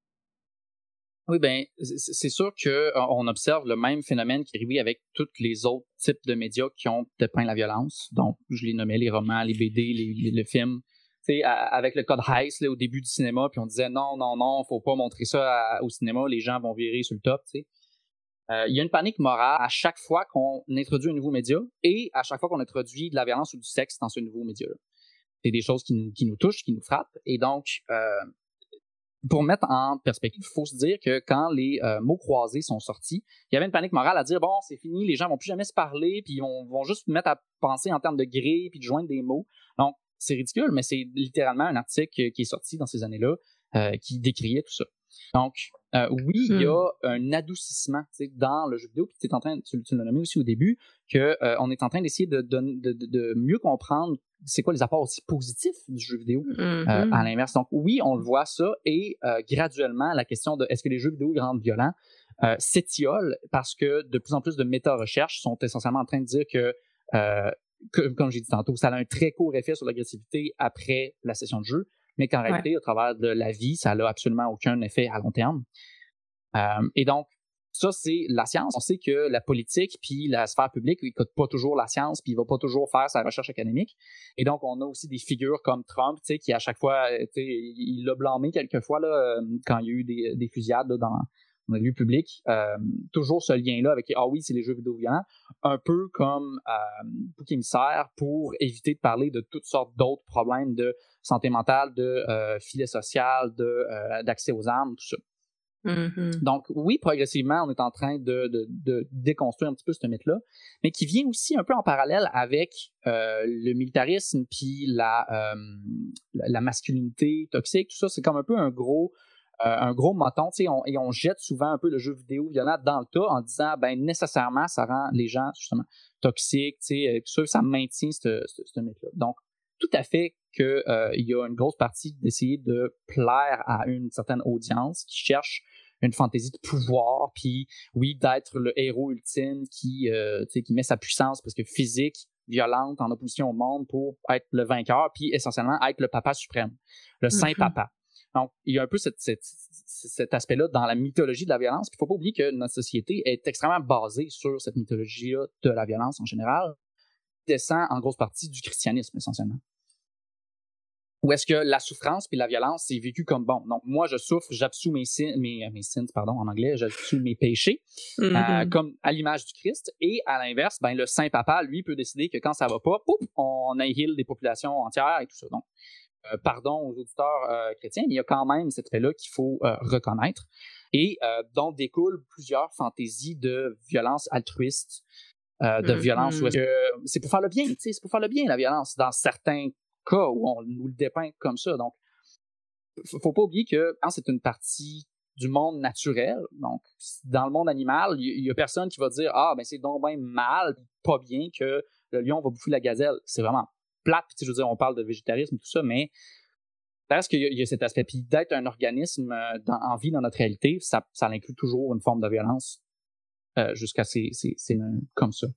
Oui, ben c'est sûr qu'on observe le même phénomène qui arrive avec tous les autres types de médias qui ont dépeint la violence. Donc, je les nommais, les romans, les BD, les films. Tu sais, avec le code Heist là, au début du cinéma, puis on disait non, faut pas montrer ça au cinéma, les gens vont virer sur le top, tu sais. Il y a une panique morale à chaque fois qu'on introduit un nouveau média et à chaque fois qu'on introduit de la violence ou du sexe dans ce nouveau média-là. C'est des choses qui nous touchent, qui nous frappent. Et donc, pour mettre en perspective, il faut se dire que quand les mots croisés sont sortis, il y avait une panique morale à dire bon, c'est fini, les gens vont plus jamais se parler, puis ils vont juste mettre à penser en termes de grilles puis de joindre des mots. Donc, c'est ridicule, mais c'est littéralement un article qui est sorti dans ces années-là qui décriait tout ça. Donc, oui, il y a un adoucissement dans le jeu vidéo, puis tu l'as nommé aussi au début, qu'on est en train d'essayer de mieux comprendre c'est quoi les apports aussi positifs du jeu vidéo à l'inverse. Donc oui, on le voit ça et graduellement, la question de est-ce que les jeux vidéo rendent violents s'étiole parce que de plus en plus de méta-recherches sont essentiellement en train de dire que comme j'ai dit tantôt, ça a un très court effet sur l'agressivité après la session de jeu, mais qu'en réalité, au travers de la vie, ça n'a absolument aucun effet à long terme. Et donc, ça, c'est la science. On sait que la politique puis la sphère publique, il n'écoute pas toujours la science puis il va pas toujours faire sa recherche académique. Et donc, on a aussi des figures comme Trump, qui à chaque fois, il l'a blâmé quelquefois là, quand il y a eu des fusillades là, dans les lieux publics, toujours ce lien-là avec ah oui, c'est les jeux vidéo violents, un peu comme bouc émissaire pour éviter de parler de toutes sortes d'autres problèmes de santé mentale, de filet social, d'accès aux armes, tout ça. Mm-hmm. Donc, oui, progressivement, on est en train de déconstruire un petit peu ce mythe-là, mais qui vient aussi un peu en parallèle avec le militarisme puis la masculinité toxique, tout ça. C'est comme un peu un gros moton, tu sais, et on jette souvent un peu le jeu vidéo violent dans le tas en disant, ben nécessairement, ça rend les gens, justement, toxiques, tu sais, tout ça, ça maintient ce mythe-là. Donc, tout à fait qu'il y a une grosse partie d'essayer de plaire à une certaine audience qui cherche une fantaisie de pouvoir, puis oui, d'être le héros ultime qui met sa puissance parce que physique, violente, en opposition au monde pour être le vainqueur, puis essentiellement être le papa suprême, le saint papa. Donc, il y a un peu cet aspect-là dans la mythologie de la violence. Puis il ne faut pas oublier que notre société est extrêmement basée sur cette mythologie-là de la violence en général, qui descend en grosse partie du christianisme essentiellement. Où est-ce que la souffrance puis la violence c'est vécu comme bon. Donc moi je souffre, j'absous mes sins en anglais, j'absous mes péchés comme à l'image du Christ. Et à l'inverse, ben le Saint Papa lui peut décider que quand ça va pas, pouf, on annihile des populations entières et tout ça. Donc pardon aux auditeurs chrétiens, mais il y a quand même cet fait-là qu'il faut reconnaître et dont découlent plusieurs fantaisies de violence altruiste, de violence où est-ce que c'est pour faire le bien, tu sais, c'est pour faire le bien la violence dans certains cas où on nous le dépeint comme ça. Donc, faut pas oublier que c'est une partie du monde naturel. Donc, dans le monde animal, il y a personne qui va dire ben c'est donc bien mal, pas bien que le lion va bouffer la gazelle. C'est vraiment plate. Puis, je veux dire, on parle de végétarisme tout ça, mais parce qu'il y a cet aspect. Puis d'être un organisme en vie dans notre réalité, ça inclut toujours une forme de violence jusqu'à c'est comme ça.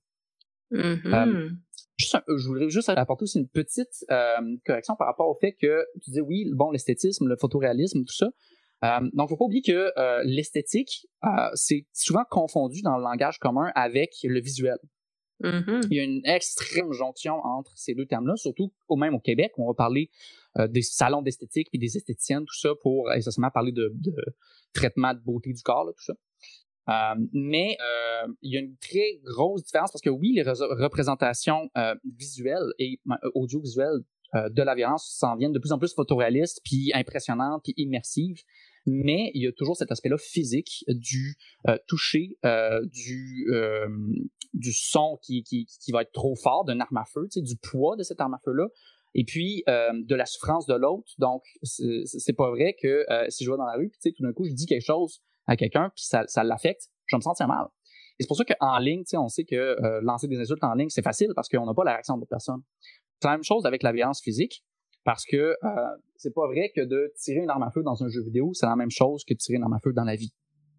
Je voudrais juste apporter aussi une petite correction par rapport au fait que tu disais oui, bon, l'esthétisme, le photoréalisme, tout ça. Donc, faut pas oublier que l'esthétique, c'est souvent confondu dans le langage commun avec le visuel. Il y a une extrême jonction entre ces deux termes-là, surtout même au Québec, où on va parler des salons d'esthétique puis des esthéticiennes, tout ça, pour essentiellement parler de traitement de beauté du corps, là, tout ça. Mais il y a une très grosse différence parce que oui, les représentations visuelles et audiovisuelles de la violence s'en viennent de plus en plus photoréalistes, puis impressionnantes, puis immersives. Mais il y a toujours cet aspect-là physique du toucher, du son qui va être trop fort d'une arme à feu, tu sais, du poids de cette arme à feu-là, et puis de la souffrance de l'autre. Donc, c'est pas vrai que si je vais dans la rue, puis tu sais, tout d'un coup, je dis quelque chose à quelqu'un, puis ça l'affecte, je vais me sentir mal. Et c'est pour ça qu'en ligne, tu sais, on sait que lancer des insultes en ligne, c'est facile parce qu'on n'a pas la réaction de l'autre personne. C'est la même chose avec la violence physique, parce que c'est pas vrai que de tirer une arme à feu dans un jeu vidéo, c'est la même chose que de tirer une arme à feu dans la vie.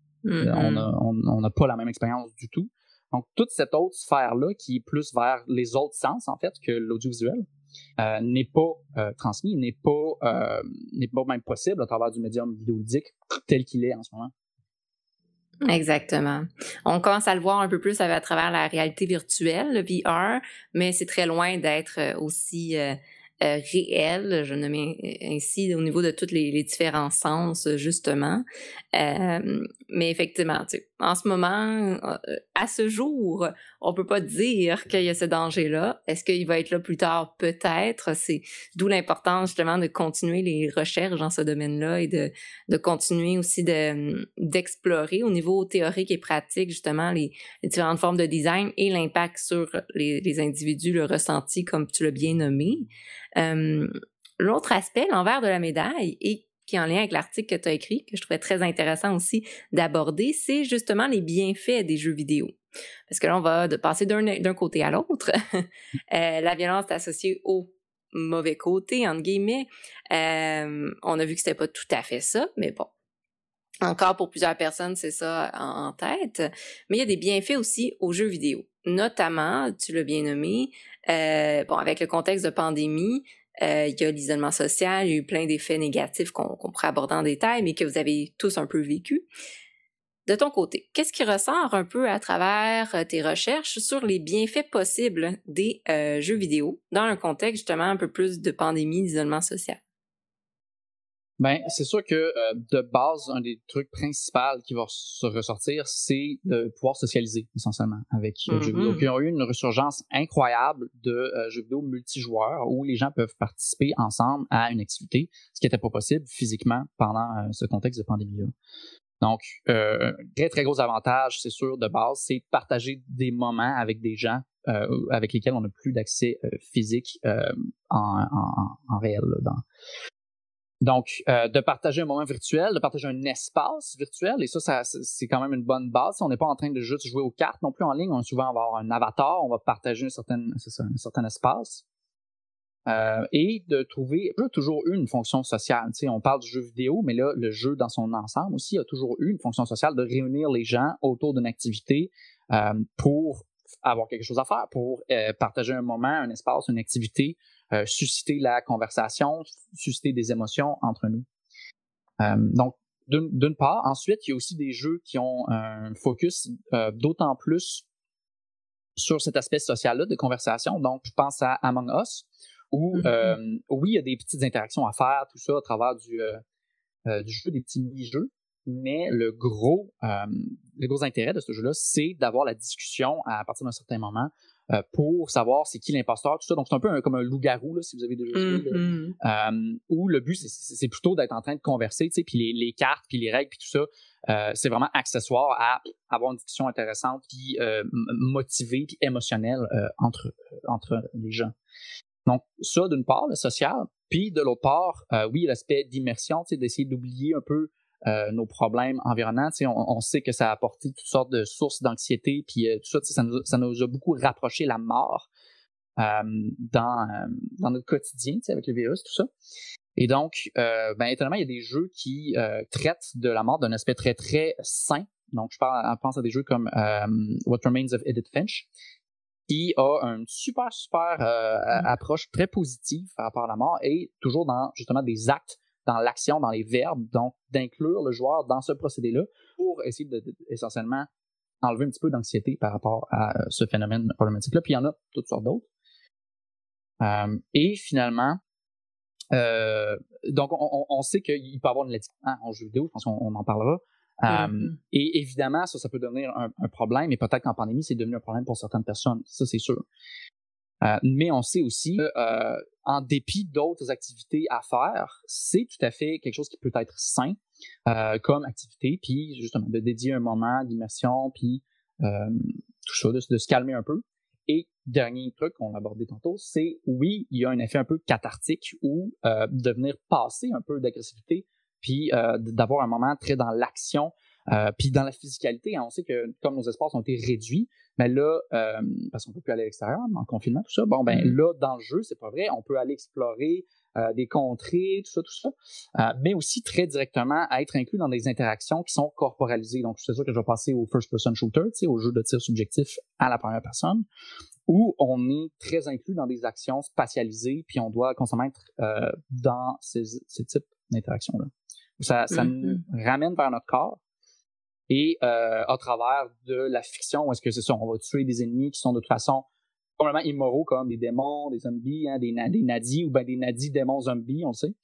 On n'a pas la même expérience du tout. Donc, toute cette autre sphère-là, qui est plus vers les autres sens, en fait, que l'audiovisuel, n'est pas transmis, n'est pas même possible à travers du médium vidéoludique tel qu'il est en ce moment. Exactement. On commence à le voir un peu plus à travers la réalité virtuelle, le VR, mais c'est très loin d'être aussi réel, je nomme ainsi, au niveau de tous les différents sens, justement. Mais effectivement, tu sais, en ce moment, à ce jour, on peut pas dire qu'il y a ce danger-là. Est-ce qu'il va être là plus tard? Peut-être. C'est d'où l'importance, justement, de continuer les recherches dans ce domaine-là et de continuer aussi d'explorer au niveau théorique et pratique, justement, les différentes formes de design et l'impact sur les individus, le ressenti, comme tu l'as bien nommé. L'autre aspect, l'envers de la médaille, et qui est en lien avec l'article que tu as écrit, que je trouvais très intéressant aussi d'aborder, c'est justement les bienfaits des jeux vidéo. Parce que là, on va passer d'un côté à l'autre. La violence est associée au mauvais côté, entre guillemets. On a vu que c'était pas tout à fait ça, mais bon. Encore pour plusieurs personnes, c'est ça en tête. Mais il y a des bienfaits aussi aux jeux vidéo. Notamment, tu l'as bien nommé, avec le contexte de pandémie, il y a l'isolement social, il y a eu plein d'effets négatifs qu'on pourrait aborder en détail, mais que vous avez tous un peu vécu. De ton côté, qu'est-ce qui ressort un peu à travers tes recherches sur les bienfaits possibles des jeux vidéo dans un contexte justement un peu plus de pandémie, d'isolement social? Ben, c'est sûr que de base, un des trucs principaux qui va se ressortir, c'est de pouvoir socialiser essentiellement avec le jeu vidéo. Puis, il y a eu une ressurgence incroyable de jeux vidéo multijoueurs où les gens peuvent participer ensemble à une activité, ce qui n'était pas possible physiquement pendant ce contexte de pandémie-là. Donc, très, très gros avantage, c'est sûr, de base, c'est de partager des moments avec des gens avec lesquels on n'a plus d'accès physique en réel. Là, donc, de partager un moment virtuel, de partager un espace virtuel, et ça c'est quand même une bonne base. On n'est pas en train de juste jouer aux cartes non plus en ligne. On va souvent avoir un avatar, on va partager un certain espace. Et de trouver, il y a toujours eu une fonction sociale. Tu sais, on parle du jeu vidéo, mais là, le jeu dans son ensemble aussi a toujours eu une fonction sociale de réunir les gens autour d'une activité pour avoir quelque chose à faire, pour partager un moment, un espace, une activité, susciter la conversation, susciter des émotions entre nous. Donc, d'une part. Ensuite, il y a aussi des jeux qui ont un focus d'autant plus sur cet aspect social-là de conversation. Donc, je pense à Among Us, où, oui, il y a des petites interactions à faire, tout ça, à travers du jeu, des petits mini-jeux. Mais le gros intérêt de ce jeu-là, c'est d'avoir la discussion à partir d'un certain moment pour savoir c'est qui l'imposteur, tout ça. Donc, c'est un peu comme un loup-garou, là, si vous avez déjà joué, où le but, c'est plutôt d'être en train de converser, tu sais, puis les cartes, puis les règles, puis tout ça, c'est vraiment accessoire à avoir une discussion intéressante, puis motivée, puis émotionnelle entre les gens. Donc, ça, d'une part, le social. Puis, de l'autre part, oui, l'aspect d'immersion, tu sais, d'essayer d'oublier un peu nos problèmes environnants. Tu sais, on sait que ça a apporté toutes sortes de sources d'anxiété, puis tout ça, tu sais, ça nous a beaucoup rapproché la mort dans notre quotidien, tu sais, avec le virus, tout ça. Et donc, ben, étonnamment, il y a des jeux qui traitent de la mort d'un aspect très, très sain. Donc, je pense à des jeux comme What Remains of Edith Finch, qui a une super approche très positive par rapport à la mort et toujours dans justement des actes, dans l'action, dans les verbes, donc d'inclure le joueur dans ce procédé-là pour essayer essentiellement enlever un petit peu d'anxiété par rapport à ce phénomène problématique-là. Puis il y en a toutes sortes d'autres. Et finalement, donc on sait qu'il peut y avoir de l'étiquetement en jeu vidéo, je pense qu'on en parlera. Et évidemment, ça peut devenir un problème, et peut-être qu'en pandémie, c'est devenu un problème pour certaines personnes, ça c'est sûr. Mais on sait aussi que, en dépit d'autres activités à faire, c'est tout à fait quelque chose qui peut être sain comme activité, puis justement de dédier un moment d'immersion, puis tout ça, de se calmer un peu. Et dernier truc qu'on a abordé tantôt, c'est oui, il y a un effet un peu cathartique ou de venir passer un peu d'agressivité, puis d'avoir un moment très dans l'action, puis dans la physicalité. Hein, on sait que comme nos espaces ont été réduits, mais là, parce qu'on peut plus aller à l'extérieur, en confinement, tout ça, bon, ben là, dans le jeu, c'est pas vrai, on peut aller explorer des contrées, tout ça, mais aussi très directement à être inclus dans des interactions qui sont corporalisées. Donc, c'est sûr que je vais passer au first-person shooter, tu sais, au jeu de tir subjectif à la première personne, où on est très inclus dans des actions spatialisées, puis on doit constamment être dans ces types d'interactions-là. Ça nous ramène vers notre corps, et à travers de la fiction, où est-ce que c'est ça, on va tuer des ennemis qui sont de toute façon probablement immoraux, comme des démons, des zombies, hein, des nadis, ou ben des nadis démons zombies, on le sait.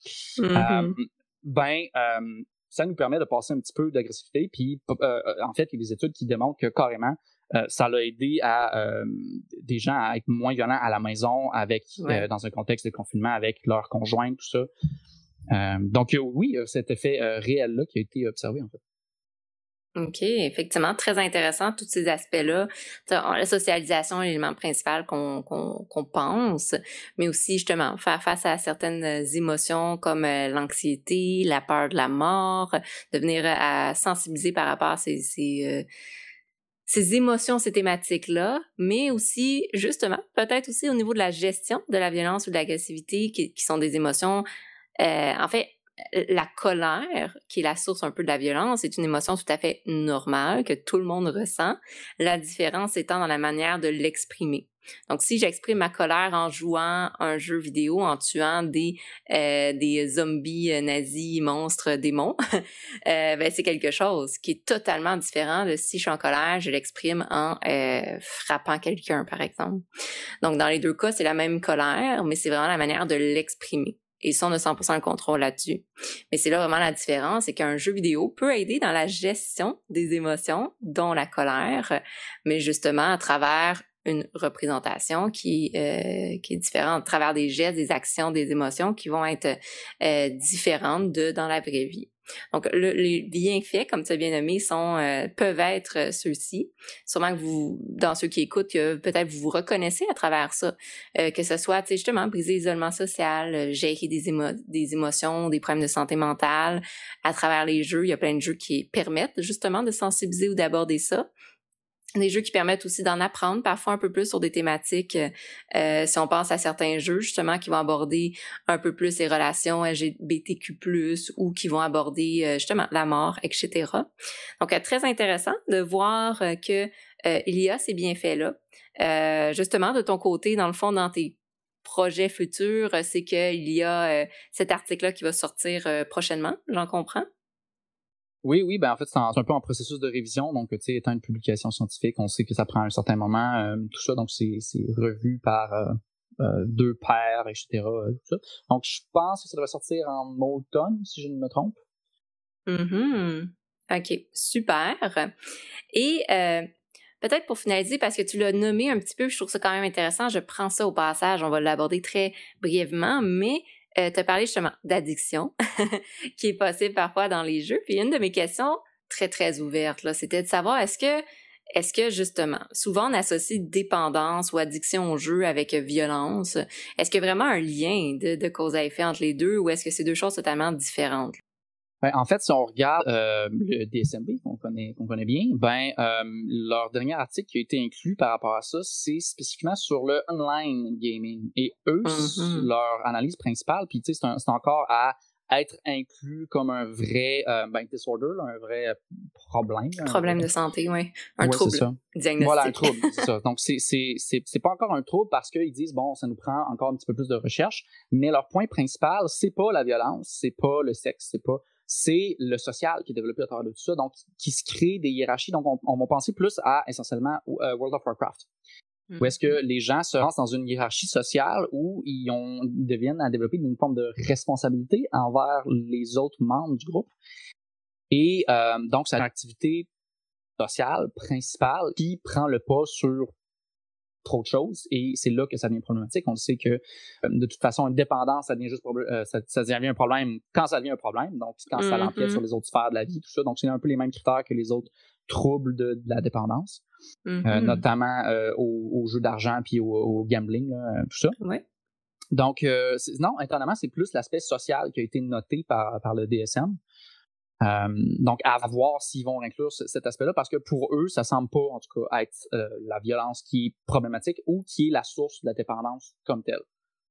Ça nous permet de passer un petit peu d'agressivité, puis en fait, il y a des études qui démontrent que carrément, ça l'a aidé à des gens à être moins violents à la maison, avec dans un contexte de confinement, avec leur conjoint, tout ça. Donc oui, cet effet réel-là qui a été observé, en fait. OK, effectivement, très intéressant, tous ces aspects-là. La socialisation est l'élément principal qu'on pense, mais aussi, justement, faire face à certaines émotions comme l'anxiété, la peur de la mort, de venir à sensibiliser par rapport à ces émotions, ces thématiques-là, mais aussi, justement, peut-être aussi au niveau de la gestion de la violence ou de l'agressivité, qui sont des émotions, en fait, la colère, qui est la source un peu de la violence, est une émotion tout à fait normale que tout le monde ressent. La différence étant dans la manière de l'exprimer. Donc, si j'exprime ma colère en jouant un jeu vidéo, en tuant des zombies nazis, monstres, démons, c'est quelque chose qui est totalement différent de si je suis en colère, je l'exprime en frappant quelqu'un, par exemple. Donc, dans les deux cas, c'est la même colère, mais c'est vraiment la manière de l'exprimer. Et ça, on a 100% le contrôle là-dessus. Mais c'est là vraiment la différence, c'est qu'un jeu vidéo peut aider dans la gestion des émotions, dont la colère, mais justement à travers une représentation qui est différente, à travers des gestes, des actions, des émotions qui vont être différentes de dans la vraie vie. Donc, les bienfaits, comme tu as bien nommé, peuvent être ceux-ci. Sûrement que dans ceux qui écoutent, que peut-être vous vous reconnaissez à travers ça. Que ce soit, tu sais, justement, briser l'isolement social, gérer des émotions, des problèmes de santé mentale. À travers les jeux, il y a plein de jeux qui permettent justement de sensibiliser ou d'aborder ça. Des jeux qui permettent aussi d'en apprendre parfois un peu plus sur des thématiques, si on pense à certains jeux justement qui vont aborder un peu plus les relations LGBTQ+, ou qui vont aborder justement la mort, etc. Donc, très intéressant de voir que il y a ces bienfaits-là. Justement, de ton côté, dans le fond, dans tes projets futurs, c'est qu'il y a cet article-là qui va sortir prochainement, j'en comprends? Oui, ben en fait, c'est un peu en processus de révision. Donc, tu sais, étant une publication scientifique, on sait que ça prend un certain moment, tout ça. Donc, c'est revu par deux pairs, etc. Tout ça. Donc, je pense que ça devrait sortir en automne, si je ne me trompe. OK, super. Et peut-être pour finaliser, parce que tu l'as nommé un petit peu, je trouve ça quand même intéressant, je prends ça au passage, on va l'aborder très brièvement, mais tu as parlé justement d'addiction, qui est possible parfois dans les jeux. Puis une de mes questions très, très ouverte, là, c'était de savoir est-ce que justement, souvent on associe dépendance ou addiction au jeu avec violence. Est-ce qu'il y a vraiment un lien de cause à effet entre les deux ou est-ce que c'est deux choses totalement différentes? Ben, en fait, si on regarde le DSM-B qu'on connaît bien, leur dernier article qui a été inclus par rapport à ça, c'est spécifiquement sur le online gaming. Et eux, leur analyse principale, puis tu sais, c'est encore à être inclus comme un vrai disorder, un vrai problème. Problème de santé, oui. Un trouble. C'est ça. Diagnostic. Voilà, un trouble, c'est ça. Donc, c'est pas encore un trouble parce qu'ils disent, bon, ça nous prend encore un petit peu plus de recherche, mais leur point principal, c'est pas la violence, c'est pas le sexe, c'est le social qui est développé à travers de tout ça, donc qui se crée des hiérarchies. Donc, on va penser plus à, essentiellement, World of Warcraft, où est-ce que les gens se lancent dans une hiérarchie sociale où ils deviennent à développer une forme de responsabilité envers les autres membres du groupe. Et donc, c'est une activité sociale principale qui prend le pas sur trop de choses, et c'est là que ça devient problématique. On sait que de toute façon, une dépendance, ça devient juste ça devient un problème quand ça devient un problème, donc quand ça l'empiète sur les autres sphères de la vie, tout ça. Donc c'est un peu les mêmes critères que les autres troubles de la dépendance, notamment au jeu d'argent puis au gambling, là, tout ça. Ouais. Donc non, étonnamment, c'est plus l'aspect social qui a été noté par le DSM. Donc, à voir s'ils vont inclure cet aspect-là, parce que pour eux, ça semble pas, en tout cas, être la violence qui est problématique ou qui est la source de la dépendance comme telle.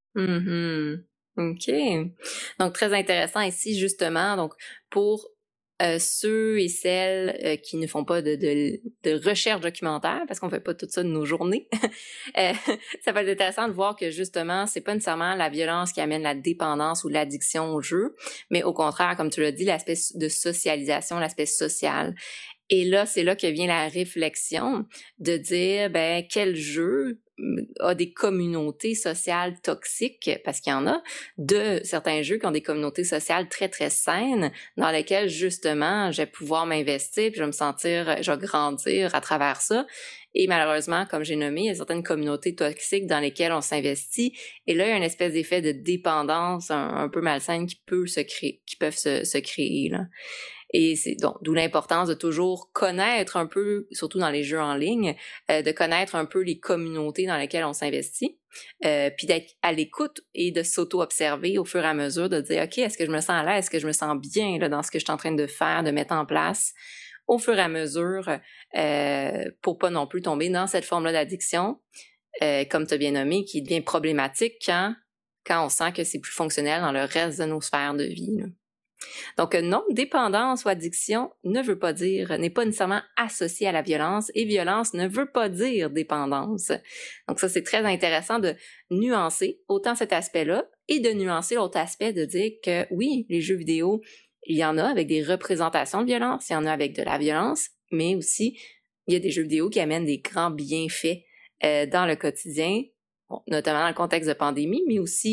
OK. Donc, très intéressant ici, justement, donc pour ceux et celles qui ne font pas de recherche documentaire, parce qu'on fait pas tout ça de nos journées, ça va être intéressant de voir que justement, c'est pas nécessairement la violence qui amène la dépendance ou l'addiction au jeu, mais au contraire, comme tu l'as dit, l'aspect de socialisation, l'aspect social. Et là, c'est là que vient la réflexion de dire, quel jeu a des communautés sociales toxiques, parce qu'il y en a, de certains jeux qui ont des communautés sociales très, très saines, dans lesquelles, justement, je vais pouvoir m'investir, puis je vais grandir à travers ça. Et malheureusement, comme j'ai nommé, il y a certaines communautés toxiques dans lesquelles on s'investit. Et là, il y a une espèce d'effet de dépendance un peu malsaine qui peuvent se créer, là. Et c'est donc d'où l'importance de toujours connaître un peu, surtout dans les jeux en ligne, de connaître un peu les communautés dans lesquelles on s'investit, puis d'être à l'écoute et de s'auto-observer au fur et à mesure, de dire OK, est-ce que je me sens là, est-ce que je me sens bien là dans ce que je suis en train de faire, de mettre en place au fur et à mesure, pour pas non plus tomber dans cette forme-là d'addiction, comme tu as bien nommé, qui devient problématique quand on sent que c'est plus fonctionnel dans le reste de nos sphères de vie, là. Donc non, dépendance ou addiction n'est pas nécessairement associé à la violence, et violence ne veut pas dire dépendance. Donc ça, c'est très intéressant de nuancer autant cet aspect-là et de nuancer l'autre aspect de dire que oui, les jeux vidéo, il y en a avec des représentations de violence, il y en a avec de la violence, mais aussi il y a des jeux vidéo qui amènent des grands bienfaits dans le quotidien, notamment dans le contexte de pandémie, mais aussi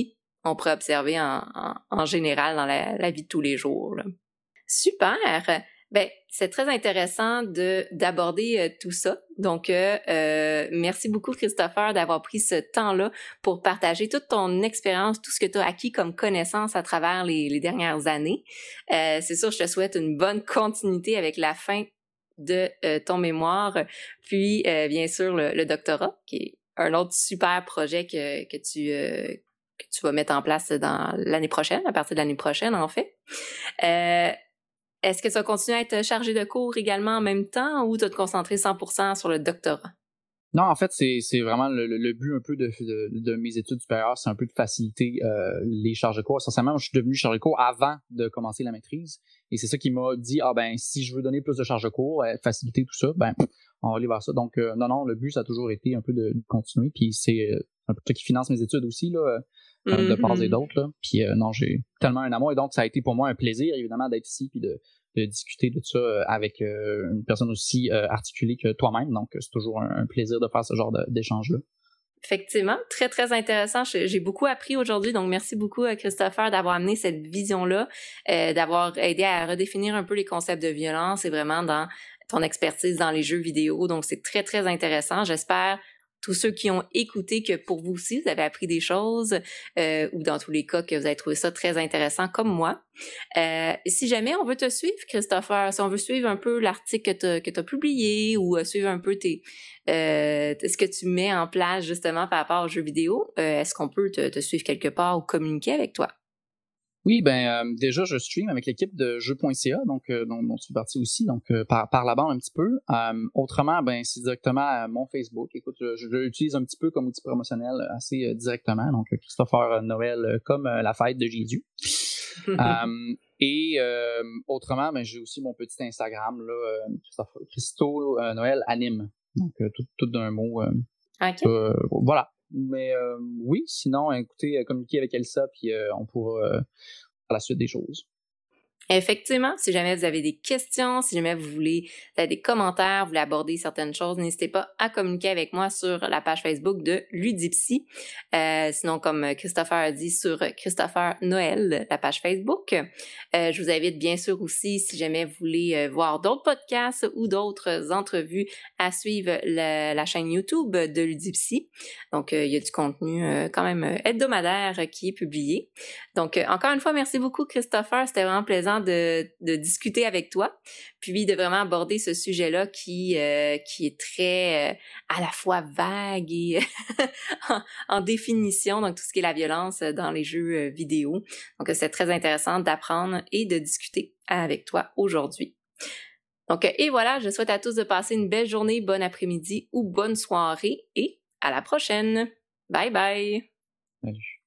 on pourrait observer en général dans la vie de tous les jours, là. Super! Ben, c'est très intéressant d'aborder tout ça. Donc, merci beaucoup, Christopher, d'avoir pris ce temps-là pour partager toute ton expérience, tout ce que tu as acquis comme connaissance à travers les dernières années. C'est sûr, je te souhaite une bonne continuité avec la fin de ton mémoire, puis bien sûr le doctorat, qui est un autre super projet que tu vas mettre en place dans l'année prochaine, à partir de l'année prochaine, en fait. Est-ce que tu vas continuer à être chargé de cours également en même temps ou tu vas te concentrer 100% sur le doctorat? Non, en fait, c'est vraiment le but un peu de mes études supérieures, c'est un peu de faciliter les charges de cours. Essentiellement, je suis devenu chargé de cours avant de commencer la maîtrise. Et c'est ça qui m'a dit, si je veux donner plus de charges de cours, faciliter tout ça, on va aller vers ça. Donc, non, le but, ça a toujours été un peu de continuer. Puis c'est un peu ça qui finance mes études aussi, là, de part et d'autre, là. Puis non, j'ai tellement un amour. Et donc, ça a été pour moi un plaisir, évidemment, d'être ici puis de discuter de ça avec une personne aussi articulée que toi-même. Donc, c'est toujours un plaisir de faire ce genre d'échange-là. Effectivement, très, très intéressant. J'ai beaucoup appris aujourd'hui, donc merci beaucoup, Christopher, d'avoir amené cette vision-là, d'avoir aidé à redéfinir un peu les concepts de violence et vraiment dans ton expertise dans les jeux vidéo. Donc, c'est très, très intéressant. J'espère tous ceux qui ont écouté que pour vous aussi, vous avez appris des choses ou dans tous les cas que vous avez trouvé ça très intéressant comme moi. Si jamais on veut te suivre, Christopher, si on veut suivre un peu l'article que tu as publié ou suivre un peu ce que tu mets en place justement par rapport aux jeux vidéo, est-ce qu'on peut te suivre quelque part ou communiquer avec toi? Oui, déjà, je stream avec l'équipe de jeux.ca, donc dont tu fais partie aussi, donc par la bande un petit peu. Autrement, c'est directement mon Facebook. Écoute, je l'utilise un petit peu comme outil promotionnel assez directement, donc Christopher Noël comme la fête de Jésus. Autrement, j'ai aussi mon petit Instagram, là, Christo Noël anime, donc tout d'un mot. Okay. Voilà. Mais oui, sinon, écoutez, communiquer avec Elsa, puis on pourra faire la suite des choses. Effectivement, si jamais vous avez des questions, si jamais vous avez des commentaires, vous voulez aborder certaines choses, n'hésitez pas à communiquer avec moi sur la page Facebook de Ludipsy. Sinon, comme Christopher a dit, sur Christopher Noël, la page Facebook. Je vous invite bien sûr aussi, si jamais vous voulez voir d'autres podcasts ou d'autres entrevues, à suivre la chaîne YouTube de Ludipsy. Donc, il y a du contenu quand même hebdomadaire qui est publié. Donc, encore une fois, merci beaucoup, Christopher. C'était vraiment plaisant de discuter avec toi, puis de vraiment aborder ce sujet-là qui est très à la fois vague et en définition, donc tout ce qui est la violence dans les jeux vidéo. Donc, c'est très intéressant d'apprendre et de discuter avec toi aujourd'hui. Donc, et voilà, je souhaite à tous de passer une belle journée, bon après-midi ou bonne soirée et à la prochaine. Bye bye! Salut.